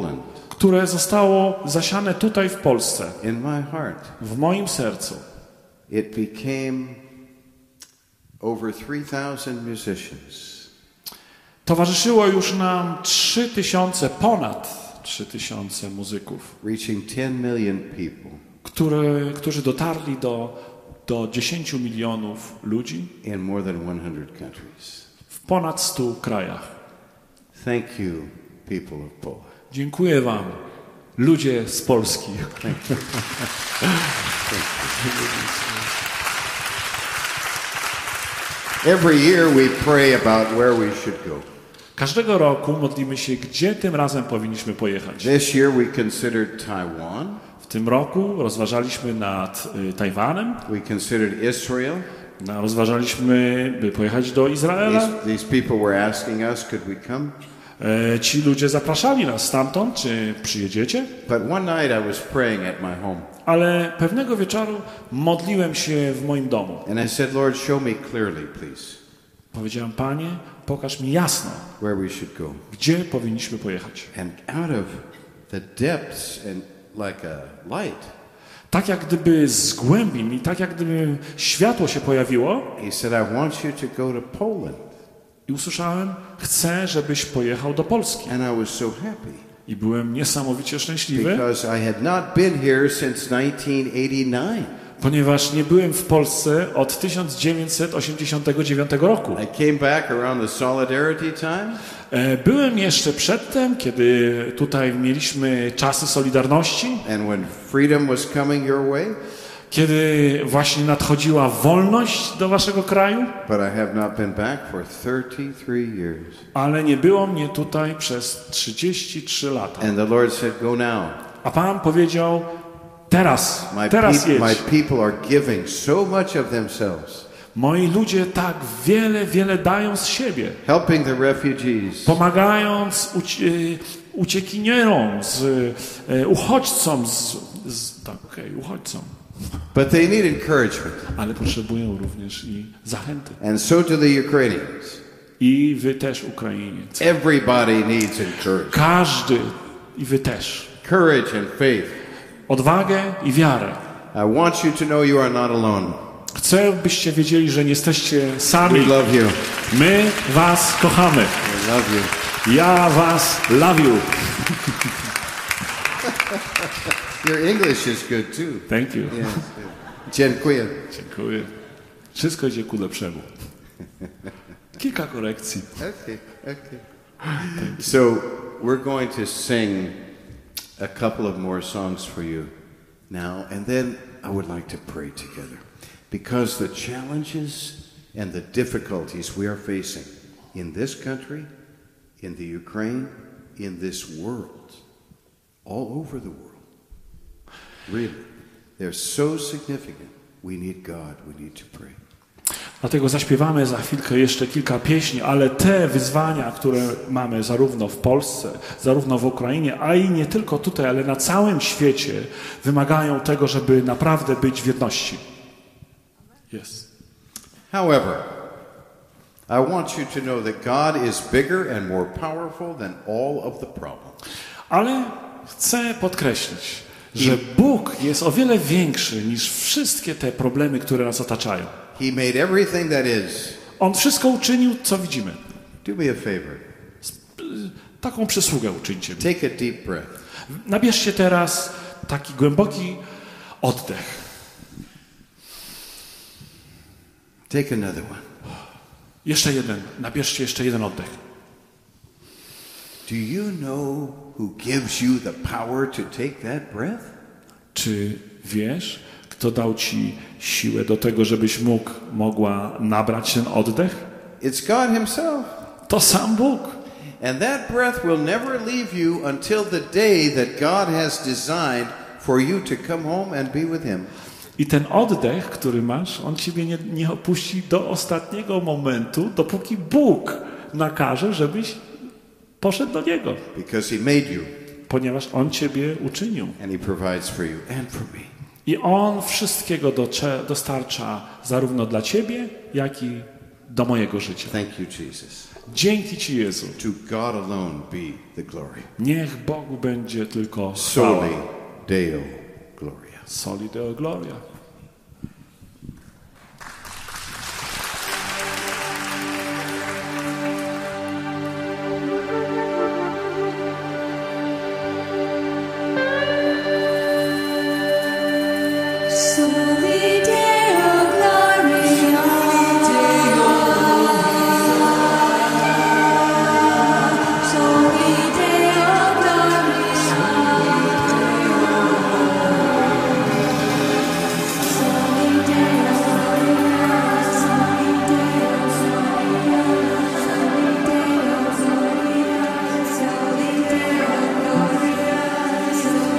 które zostało zasiane tutaj w Polsce, in my heart. w moim sercu. It became over 3,000 musicians. Towarzyszyło już nam 3000, ponad 3000 muzyków, reaching 10 million people którzy dotarli do 10 milionów ludzi in more than 100 countries. w ponad 100 krajach. Thank you, people of Poland. Dziękuję wam, ludzie z Polski. Every year we pray about where we should go. Każdego roku modlimy się, gdzie tym razem powinniśmy pojechać. This year we considered Taiwan. W tym roku rozważaliśmy nad Tajwanem, We considered Israel. rozważaliśmy, by pojechać do Izraela. These people were asking us, could we come? Ci ludzie zapraszali nas stamtąd, czy przyjedziecie? But one night I was praying at my home. Ale pewnego wieczoru modliłem się w moim domu. And I said, Lord, show me clearly, please, Powiedziałem, Panie, pokaż mi jasno, where we should go. gdzie powinniśmy pojechać. And out of the depths and like a light, Tak jak gdyby z głębin i tak jak gdyby światło się pojawiło he said, I want you to go to Poland. i usłyszałem, chcę, żebyś pojechał do Polski. And I was so happy I byłem niesamowicie szczęśliwy, because I had not been here since 1989. ponieważ nie byłem w Polsce od 1989 roku. I came back around the Solidarity time. Byłem jeszcze przedtem, kiedy tutaj mieliśmy czasy Solidarności, And when freedom was coming your way, kiedy właśnie nadchodziła wolność do waszego kraju, but I have not been back for 33 years. ale nie było mnie tutaj przez 33 lata. And the Lord said, go now. A Pan powiedział, teraz My jedź. people are giving so much of themselves, Moi ludzie tak wiele dają z siebie, helping the refugees, pomagając uciekinierom, uchodźcom, uchodźcom. but they need encouragement. Ale potrzebują również i zachęty. And so do the Ukrainians. I wy też, Ukrainiec. Everybody needs encouragement. Każdy, i wy też. Courage and faith. Odwagę i wiarę. I want you to know you are not alone. Chcę, byście wiedzieli, że nie jesteście We sami. love you. My was kochamy. We love you. Ja was love you. Your English is good too. Thank you. Yes. Dziękuję. Dziękuję. Wszystko idzie ku lepszemu. Kilka korekcji. Okay, okay. So we're going to sing a couple of more songs for you now, and then I would like to pray together. Because the challenges and the difficulties we are facing in this country, in the Ukraine, in this world, all over the world, really, they're so significant. We need God. We need to pray. Dlatego zaśpiewamy za chwilkę jeszcze kilka pieśni, ale te wyzwania, które mamy zarówno w Polsce, zarówno w Ukrainie, a i nie tylko tutaj, ale na całym świecie, wymagają tego, żeby naprawdę być w jedności. Yes. However, I want you to know that God is bigger and more powerful than all of the problems. Ale chcę podkreślić, że Bóg jest o wiele większy niż wszystkie te problemy, które nas otaczają. He made everything that is. On wszystko uczynił, co widzimy. Do me a favor. Taką przysługę uczyńcie mi. Take a deep breath. Nabierzcie teraz taki głęboki oddech. Take another one. Jeszcze jeden. Nabierzcie jeszcze jeden oddech. Do you know who gives you the power to take that breath? Czy wiesz, kto dał ci siłę do tego, żebyś mogła nabrać ten oddech? It's God himself. To sam Bóg. And that breath will never leave you until the day that God has designed for you to come home and be with him. I ten oddech, który masz, on ciebie nie opuści do ostatniego momentu, dopóki Bóg nakaże, żebyś poszedł do Niego. Because he made you Ponieważ On ciebie uczynił. and he provides for you and for me. I On wszystkiego dostarcza zarówno dla ciebie, jak i do mojego życia. Thank you, Jesus. Dzięki Ci, Jezu. To God alone be the glory. Niech Bogu będzie tylko chwała. Soli Deo Gloria. Soli Deo Gloria. Soli Deo Gloria. Soli Deo Gloria. Soli Deo Gloria. Soli Deo Gloria. Soli Deo Gloria. Soli Deo Gloria.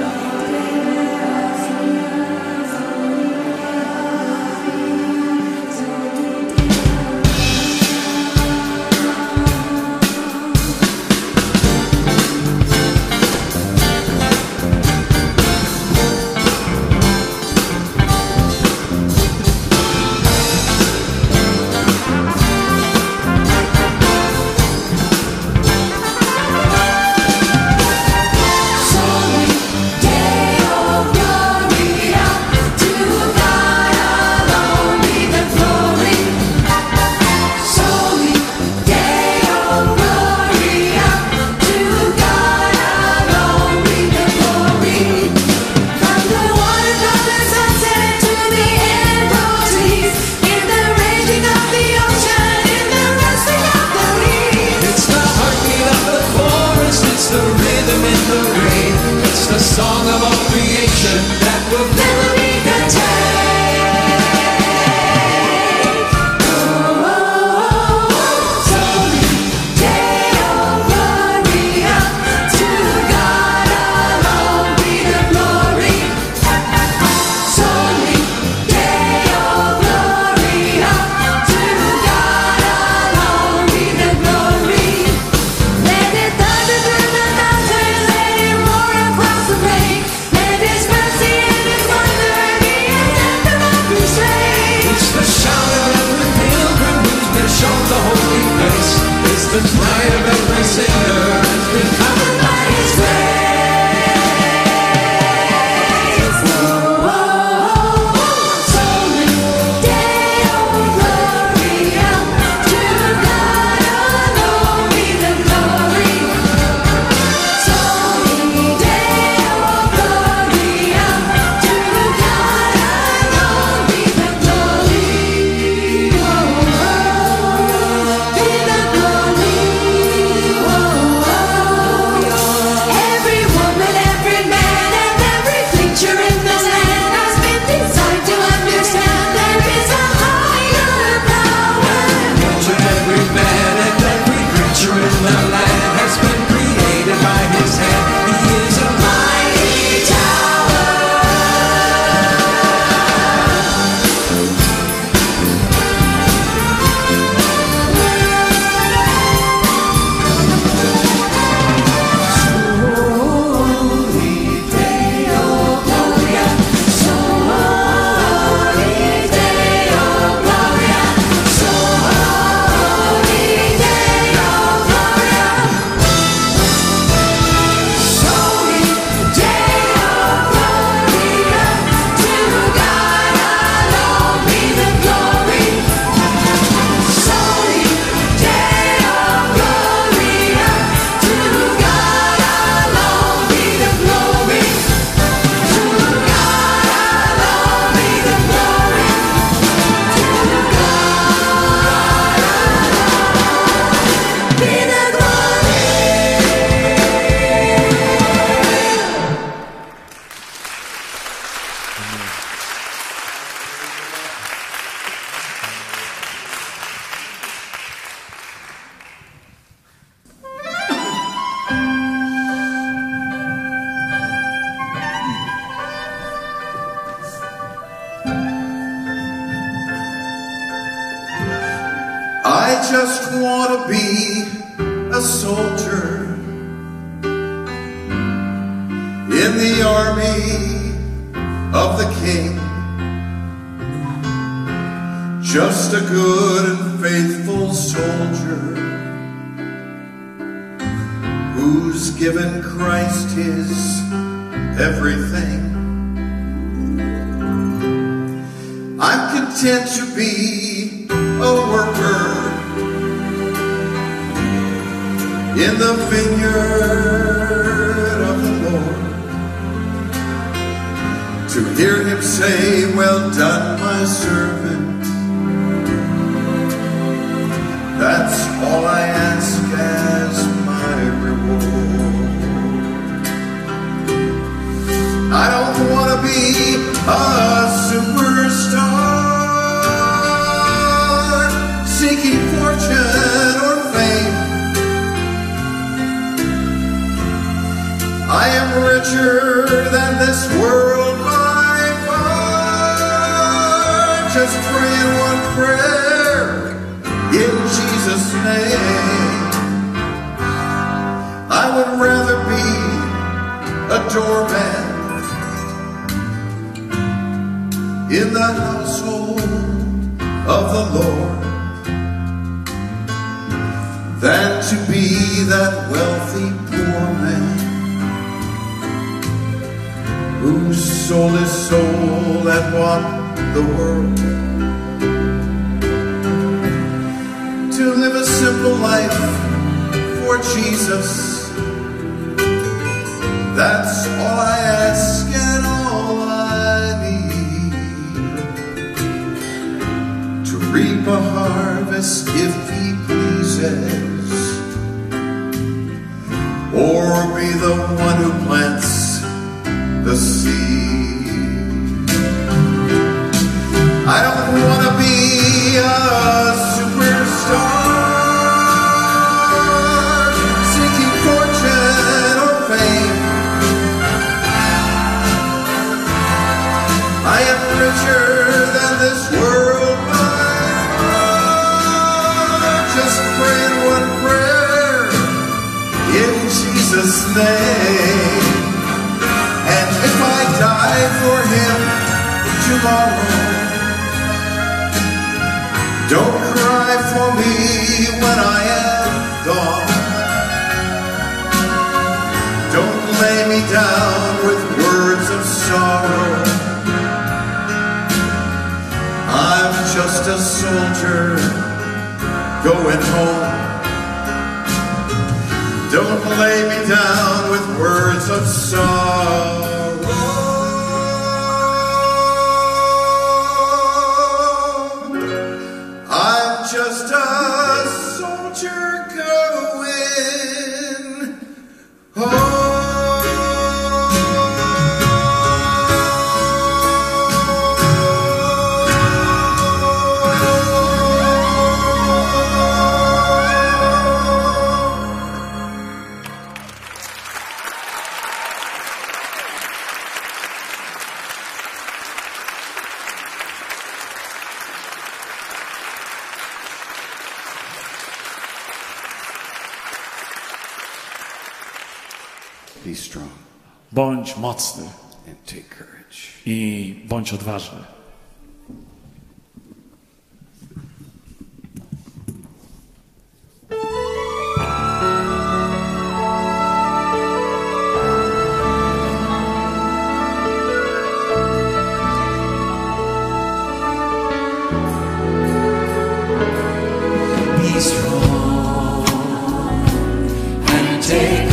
Song of all creation that will never be contained. Soli Deo Gloria, to God alone be the glory. Soli Deo Gloria, to God alone be the glory. Let it thunder through the mountains, let it roar across the plain. Let His mercy and His wonder be an anthem of restraint. It's the shout of every pilgrim who's been shown the holy place. It's the cry of every sinner who's been covered by His grace. Soli Deo Gloria, to God alone be the glory. Soli Deo Gloria, to God alone be the glory. Be the glory. Every woman, every man, and every creature in this land has been designed to understand there is a higher power. Every man and every creature in the land has been created by His hand. He is a mighty tower. Soli Deo Gloria, Soli Deo Gloria, Soli Deo Gloria, Soli Deo Gloria, to God alone be the glory. Soli Deo Gloria, to God alone be the glory. To God alone be the glory. To God alone be the I just want to be a soldier in the army of the King. Just a good and faithful soldier who's given Christ his everything. I'm content to be a worker in the vineyard of the Lord, to hear him say, well done, my servant. That's all I ask as my reward. I don't want to be a superstar seeking fortune or fame. I am richer than this world by far. Just praying one prayer in Jesus' name. I would rather be a doorman in the household of the Lord than to be that wealthy poor man whose soul is sold and want the world. To live a simple life for Jesus, that's all I ask and all I need. To reap a harvest if he pleases, or be the one who plants the seed. I don't want to be a superstar seeking fortune or fame. I am richer than this world by far. Just praying one prayer in Jesus' name. And if I die for him tomorrow, don't cry for me when I am gone. Don't lay me down with words of sorrow. I'm just a soldier going home. Don't lay me down with words of sorrow. I'm just a soldier going home. Be strong Bądź mocny and take courage. i bądź odważny. Be strong and take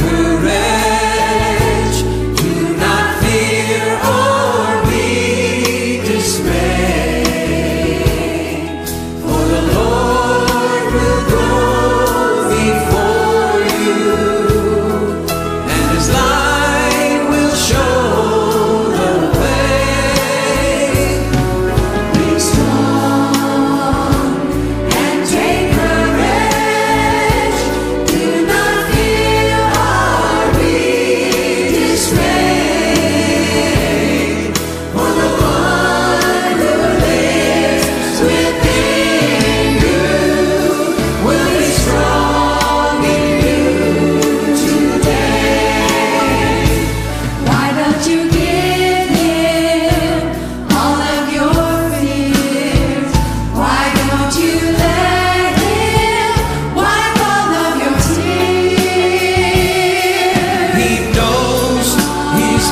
courage. Do not fear or be dismayed.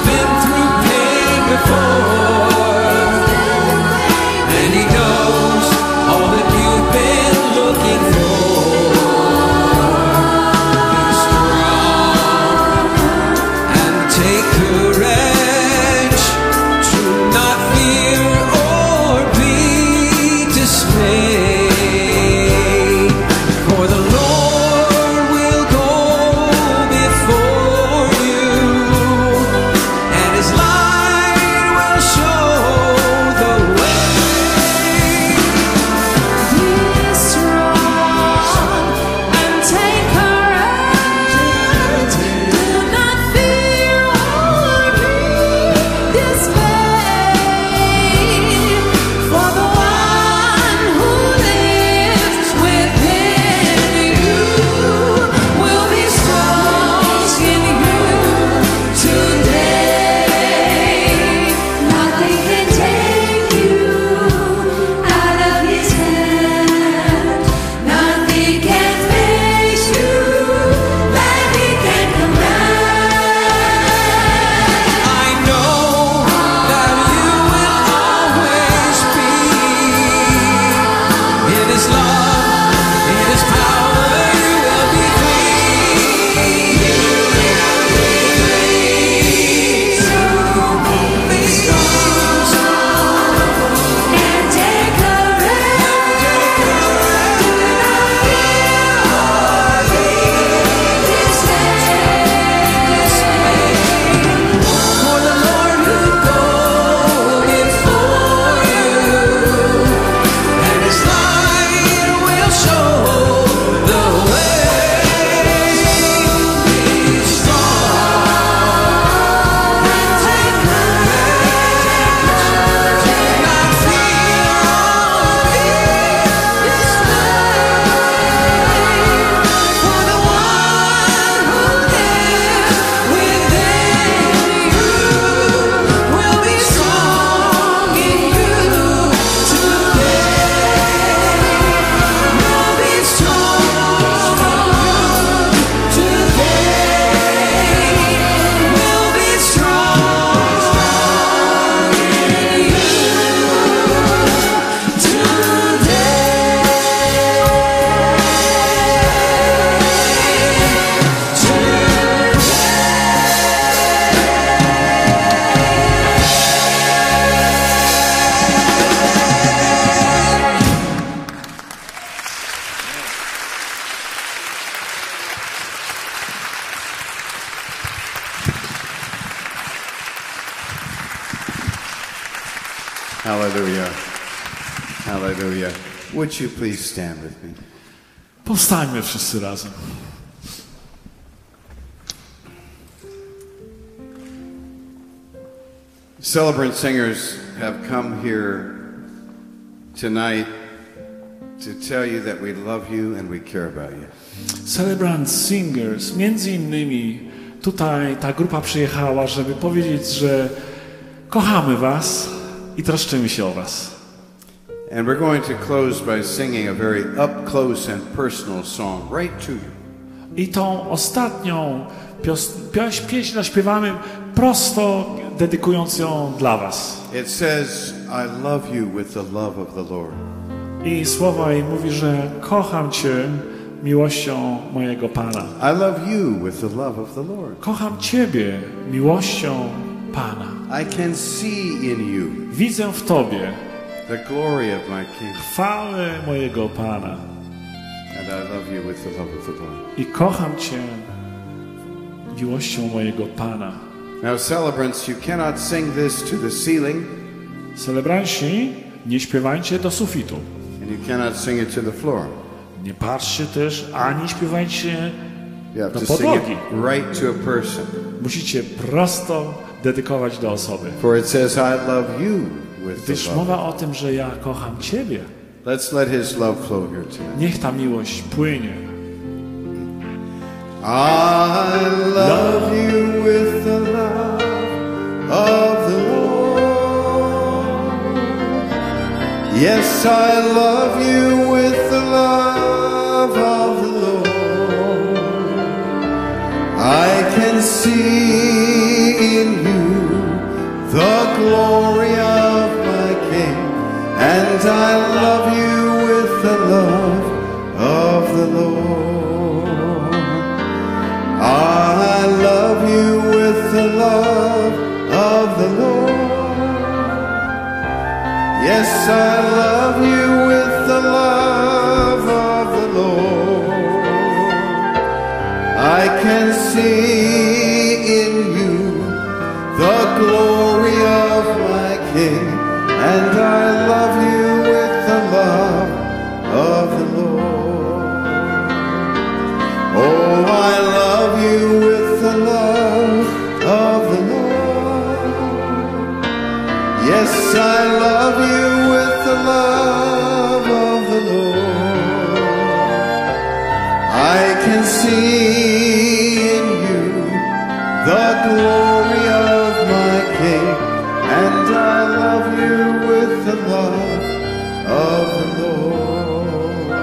been through pain before, and He knows all that you've been looking for. Be strong and take courage to not fear or be dismayed, for the Lord will go before you, and His light will show the way. Be strong and take courage. Do not fear or be dismayed, for the one who lives within you will be strong in you today. Nothing can take you out of His hand. Nothing can face you that He can command. I know that you will always be in His love, in His power. You will be free. So be strong And take courage. Do not fear or be dismayed. for the Lord will go before you, and His light will show the way. Be strong and take courage. Do not fear or be dismayed, for the one who lives within you will be strong in you today. Will be strong today. Will be strong in Hallelujah. Hallelujah. Would you please stand with me? Powstańmy wszyscy razem. Celebrant singers have come here tonight to tell you that we love you and we care about you. Celebrant Singers, między innymi tutaj ta grupa przyjechała, żeby powiedzieć, że kochamy was i troszczymy się o was. And we're going to close by singing a very up close and personal song right to you. I tą ostatnią pieśń zaśpiewamy prosto, dedykując ją dla was. It says, I love you with the love of the Lord. I słowa jej mówi, że kocham cię miłością mojego Pana. I love you with the love of the Lord. Kocham ciebie miłością Pana. I can see in you Widzę w tobie the glory of my King. chwałę mojego Pana. And I love you with the love of the Lord. I kocham cię miłością mojego Pana. Now, celebrants, you cannot sing this to the ceiling, Celebranci, nie śpiewajcie do sufitu. and you cannot sing it to the floor. Nie patrzcie też, ani śpiewajcie You have do to sing podłogi. it right to a person. Musicie prosto dedykować do osoby. For it says, I love you with Gdyż the love. mowa o tym, że ja kocham ciebie. Let's let His love flow here tonight. Niech ta miłość płynie. I love you with the love of the Lord. Yes, I love you with the love of the Lord. I can see in you the glory of my King, and I love you with the love of the Lord. I love you with the love of the Lord. Yes, I love you with the love of the Lord. I can see in you the glory of my King, and I love you with the love of the Lord. Oh, I love you with the love of the Lord. Yes, I love you with the love of the Lord. I can see in you the glory of my King, and I love you with the love of the Lord.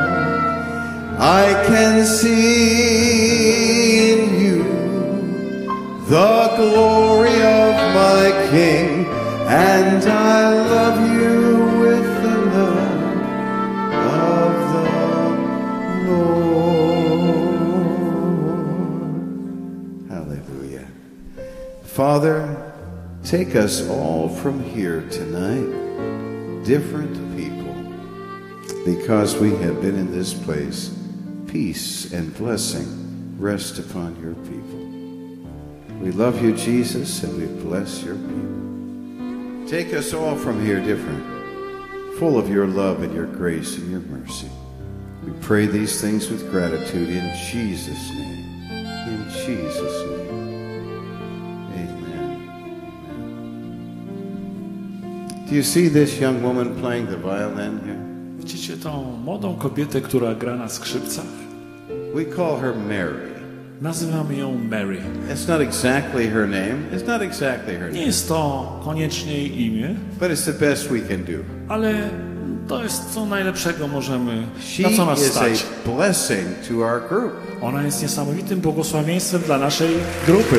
I can see in you the glory of my King, and I love you with the love of the Lord. Hallelujah. Father, take us all from here tonight, different people, because we have been in this place. Peace and blessing rest upon your people. We love you, Jesus, and we bless your people. Take us all from here different, full of your love and your grace and your mercy. We pray these things with gratitude in Jesus' name. In Jesus' name. Amen. Do you see this young woman playing the violin here? Widzicie tą młodą kobietę, która gra na skrzypcach? We call her Mary. Nazywamy ją Mary. It's not exactly her name. It's not exactly her Nie name. jest to koniecznie jej imię, But it's the best we can do. ale to jest co najlepszego możemy, She na co nas is stać. a blessing to our group. Ona jest niesamowitym błogosławieństwem dla naszej grupy.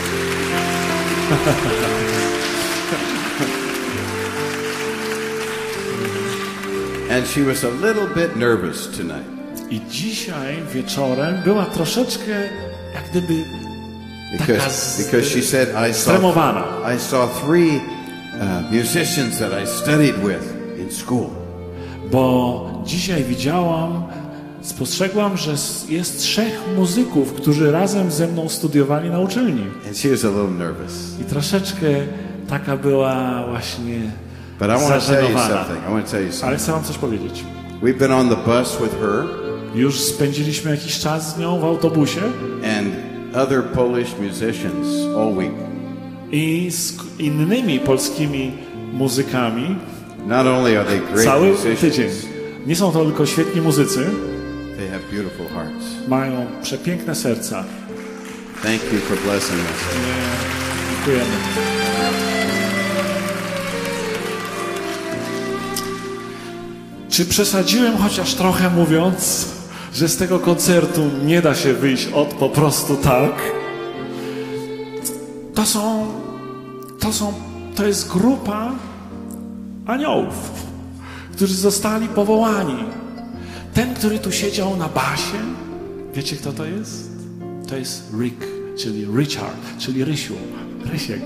And she was a little bit nervous tonight I dzisiaj wieczorem była troszeczkę jak gdyby taka because she said, stremowana. I saw three musicians that I studied with in school. Bo dzisiaj spostrzegłam, że jest 3 muzyków, którzy razem ze mną studiowali na uczelni. And she was a little nervous. I troszeczkę taka była właśnie But I want to tell you zażenowana. something. Ale chcę wam coś powiedzieć. We've been on the bus with her Już spędziliśmy jakiś czas z nią w autobusie and other Polish musicians all week. i z innymi polskimi muzykami Not only are they great cały tydzień. musicians, Nie są to tylko świetni muzycy, they have beautiful hearts. mają przepiękne serca. Thank you for blessing us. Dziękujemy. Czy przesadziłem chociaż trochę mówiąc, że z tego koncertu nie da się wyjść po prostu tak? To jest grupa aniołów, którzy zostali powołani. Ten, który tu siedział na basie, wiecie kto to jest? To jest Rick, czyli Richard, czyli Rysiu, Rysiek.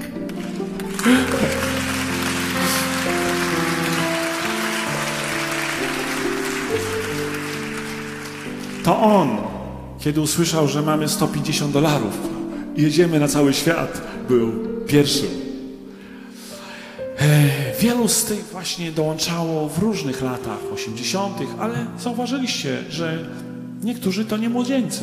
To on, kiedy usłyszał, że mamy $150 i jedziemy na cały świat, był pierwszym. Wielu z tych właśnie dołączało w różnych latach 80., ale zauważyliście, że niektórzy to nie młodzieńcy.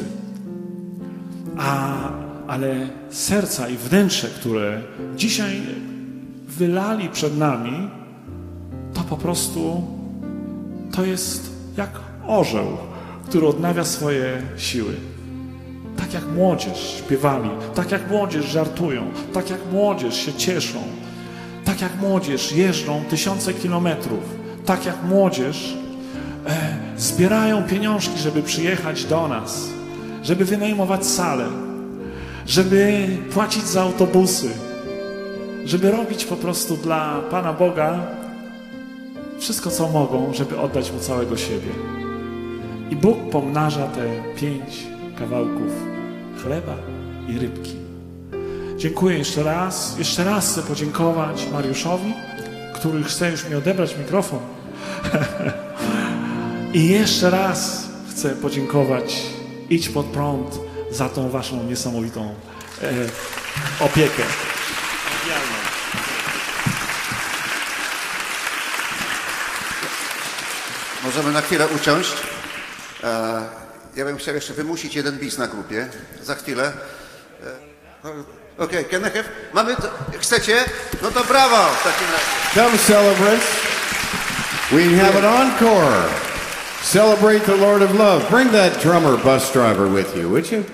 Ale serca i wnętrze, które dzisiaj wylali przed nami, to po prostu to jest jak orzeł, który odnawia swoje siły. Tak jak młodzież śpiewali, tak jak młodzież żartują, tak jak młodzież się cieszą, tak jak młodzież jeżdżą 1000 kilometrów, tak jak młodzież zbierają pieniążki, żeby przyjechać do nas, żeby wynajmować salę, żeby płacić za autobusy, żeby robić po prostu dla Pana Boga wszystko, co mogą, żeby oddać Mu całego siebie. I Bóg pomnaża te 5 kawałków chleba i rybki. Dziękuję jeszcze raz. Jeszcze raz chcę podziękować Mariuszowi, który chce już mi odebrać mikrofon. I jeszcze raz chcę podziękować Idź Pod Prąd za tą waszą niesamowitą opiekę. Możemy na chwilę uciąć. Ja bym chciał jeszcze wymusić jeden bis na grupie. Za chwilę. Okej, can I have? Mamy to? Chcecie? No to brawo w takim razie. Come, celebrants. We have an encore. Celebrate the Lord of Love. Bring that drummer bus driver with you, would you?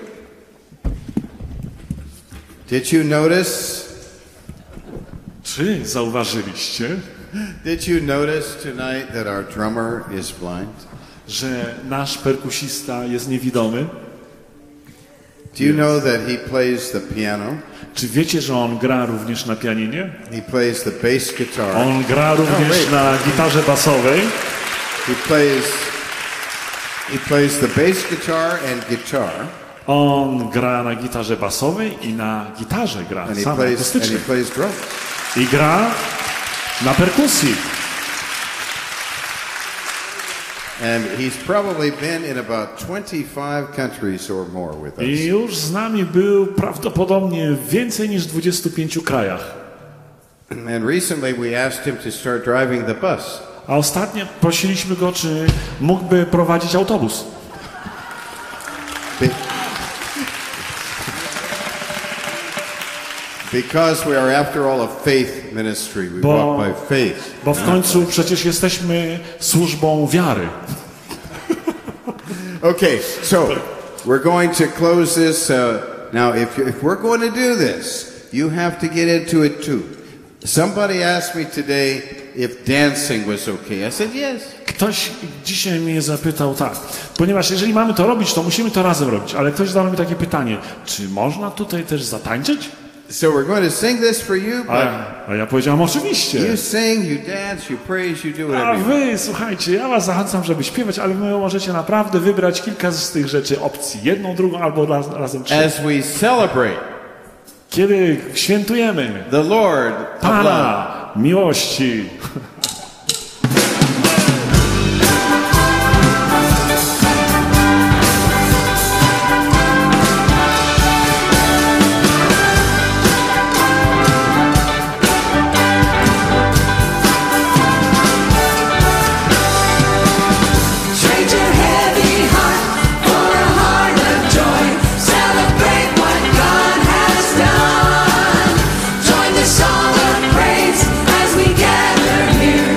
Did you notice? Czy zauważyliście, Did you notice tonight that our drummer is blind? że nasz perkusista jest niewidomy? Do you know that he plays the piano? Czy wiecie, że on gra również na pianinie? He plays the bass guitar. On gra również na gitarze basowej. He plays the bass guitar and guitar. On gra na gitarze basowej i na gitarze gra And he sam akustycznie. plays drums. I gra na perkusji. And he's probably been in about 25 countries or more with us. I już z nami był prawdopodobnie w więcej niż 25 krajach. And recently we asked him to start driving the bus. A ostatnio prosiliśmy go, czy mógłby prowadzić autobus. Be- Because we are after all a faith ministry. We Bo- walk by faith. Bo w końcu przecież jesteśmy służbą wiary. Okay, so we're going to close this. Now, if we're going to do this, you have to get into it too. Somebody asked me today if dancing was okay. I said yes. Ktoś dzisiaj mnie zapytał tak, ponieważ jeżeli mamy to robić, to musimy to razem robić, ale ktoś zadał mi takie pytanie, czy można tutaj też zatańczyć? So we're going to sing this for you, but A ja powiedziałem, oczywiście. you sing, you dance, you praise, you do A whatever you want. wy, słuchajcie, ja was zachęcam, żeby śpiewać, ale wy możecie naprawdę wybrać kilka z tych rzeczy, opcji, jedną, drugą albo razem trzy. As we celebrate Kiedy świętujemy the Lord of love. Pana miłości. Trade your heavy heart for a heart of joy. Celebrate what God has done. Join the song of praise as we gather here.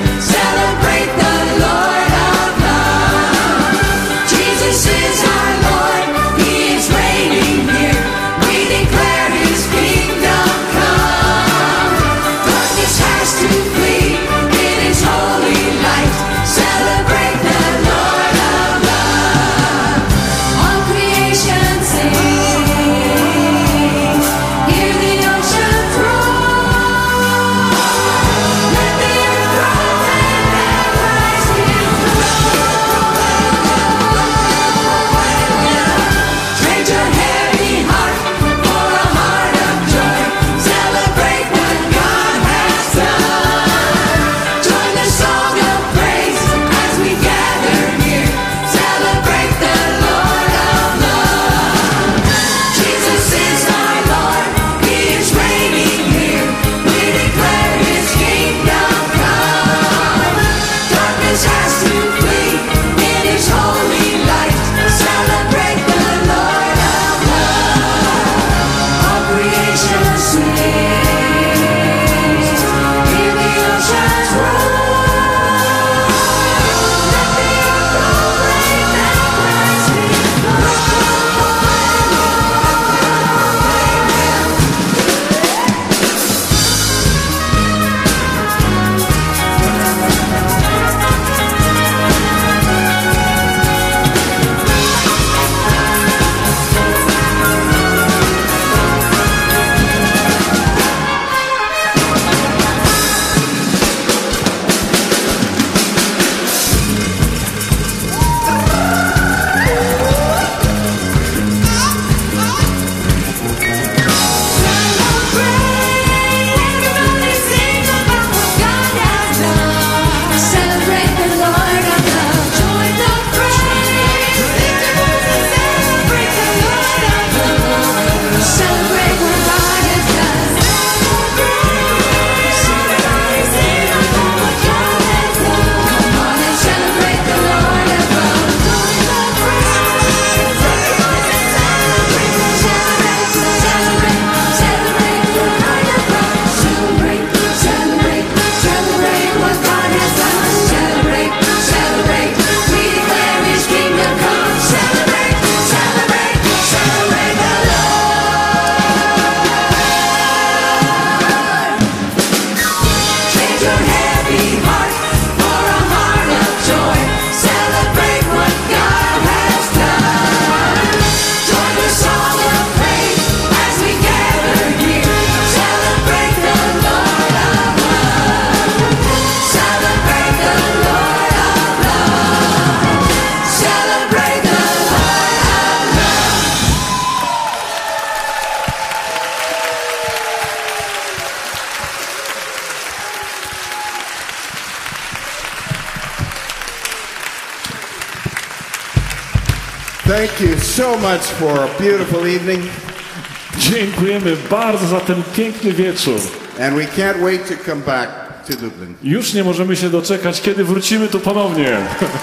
Thank you so much for a beautiful evening. Dziękujemy bardzo za ten piękny wieczór. And we can't wait to come back to Dublin. Już nie możemy się doczekać, kiedy wrócimy tu ponownie.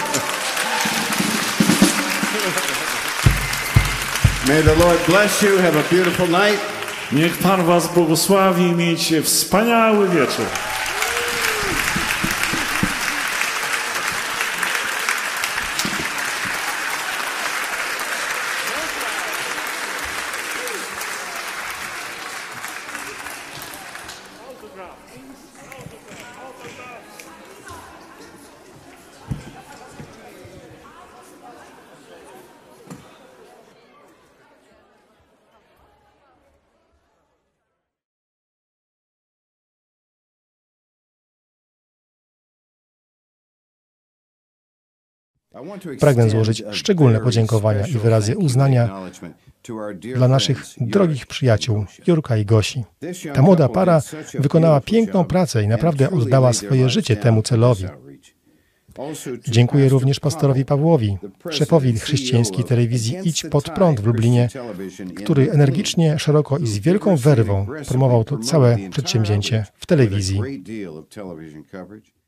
May the Lord bless you. Have a beautiful night. Niech Pan was błogosławi i miejcie wspaniały wieczór. Pragnę złożyć szczególne podziękowania i wyrazy uznania dla naszych drogich przyjaciół Jurka i Gosi. Ta młoda para wykonała piękną pracę i naprawdę oddała swoje życie temu celowi. Dziękuję również pastorowi Pawłowi, szefowi chrześcijańskiej telewizji Idź Pod Prąd w Lublinie, który energicznie, szeroko i z wielką werwą promował to całe przedsięwzięcie w telewizji.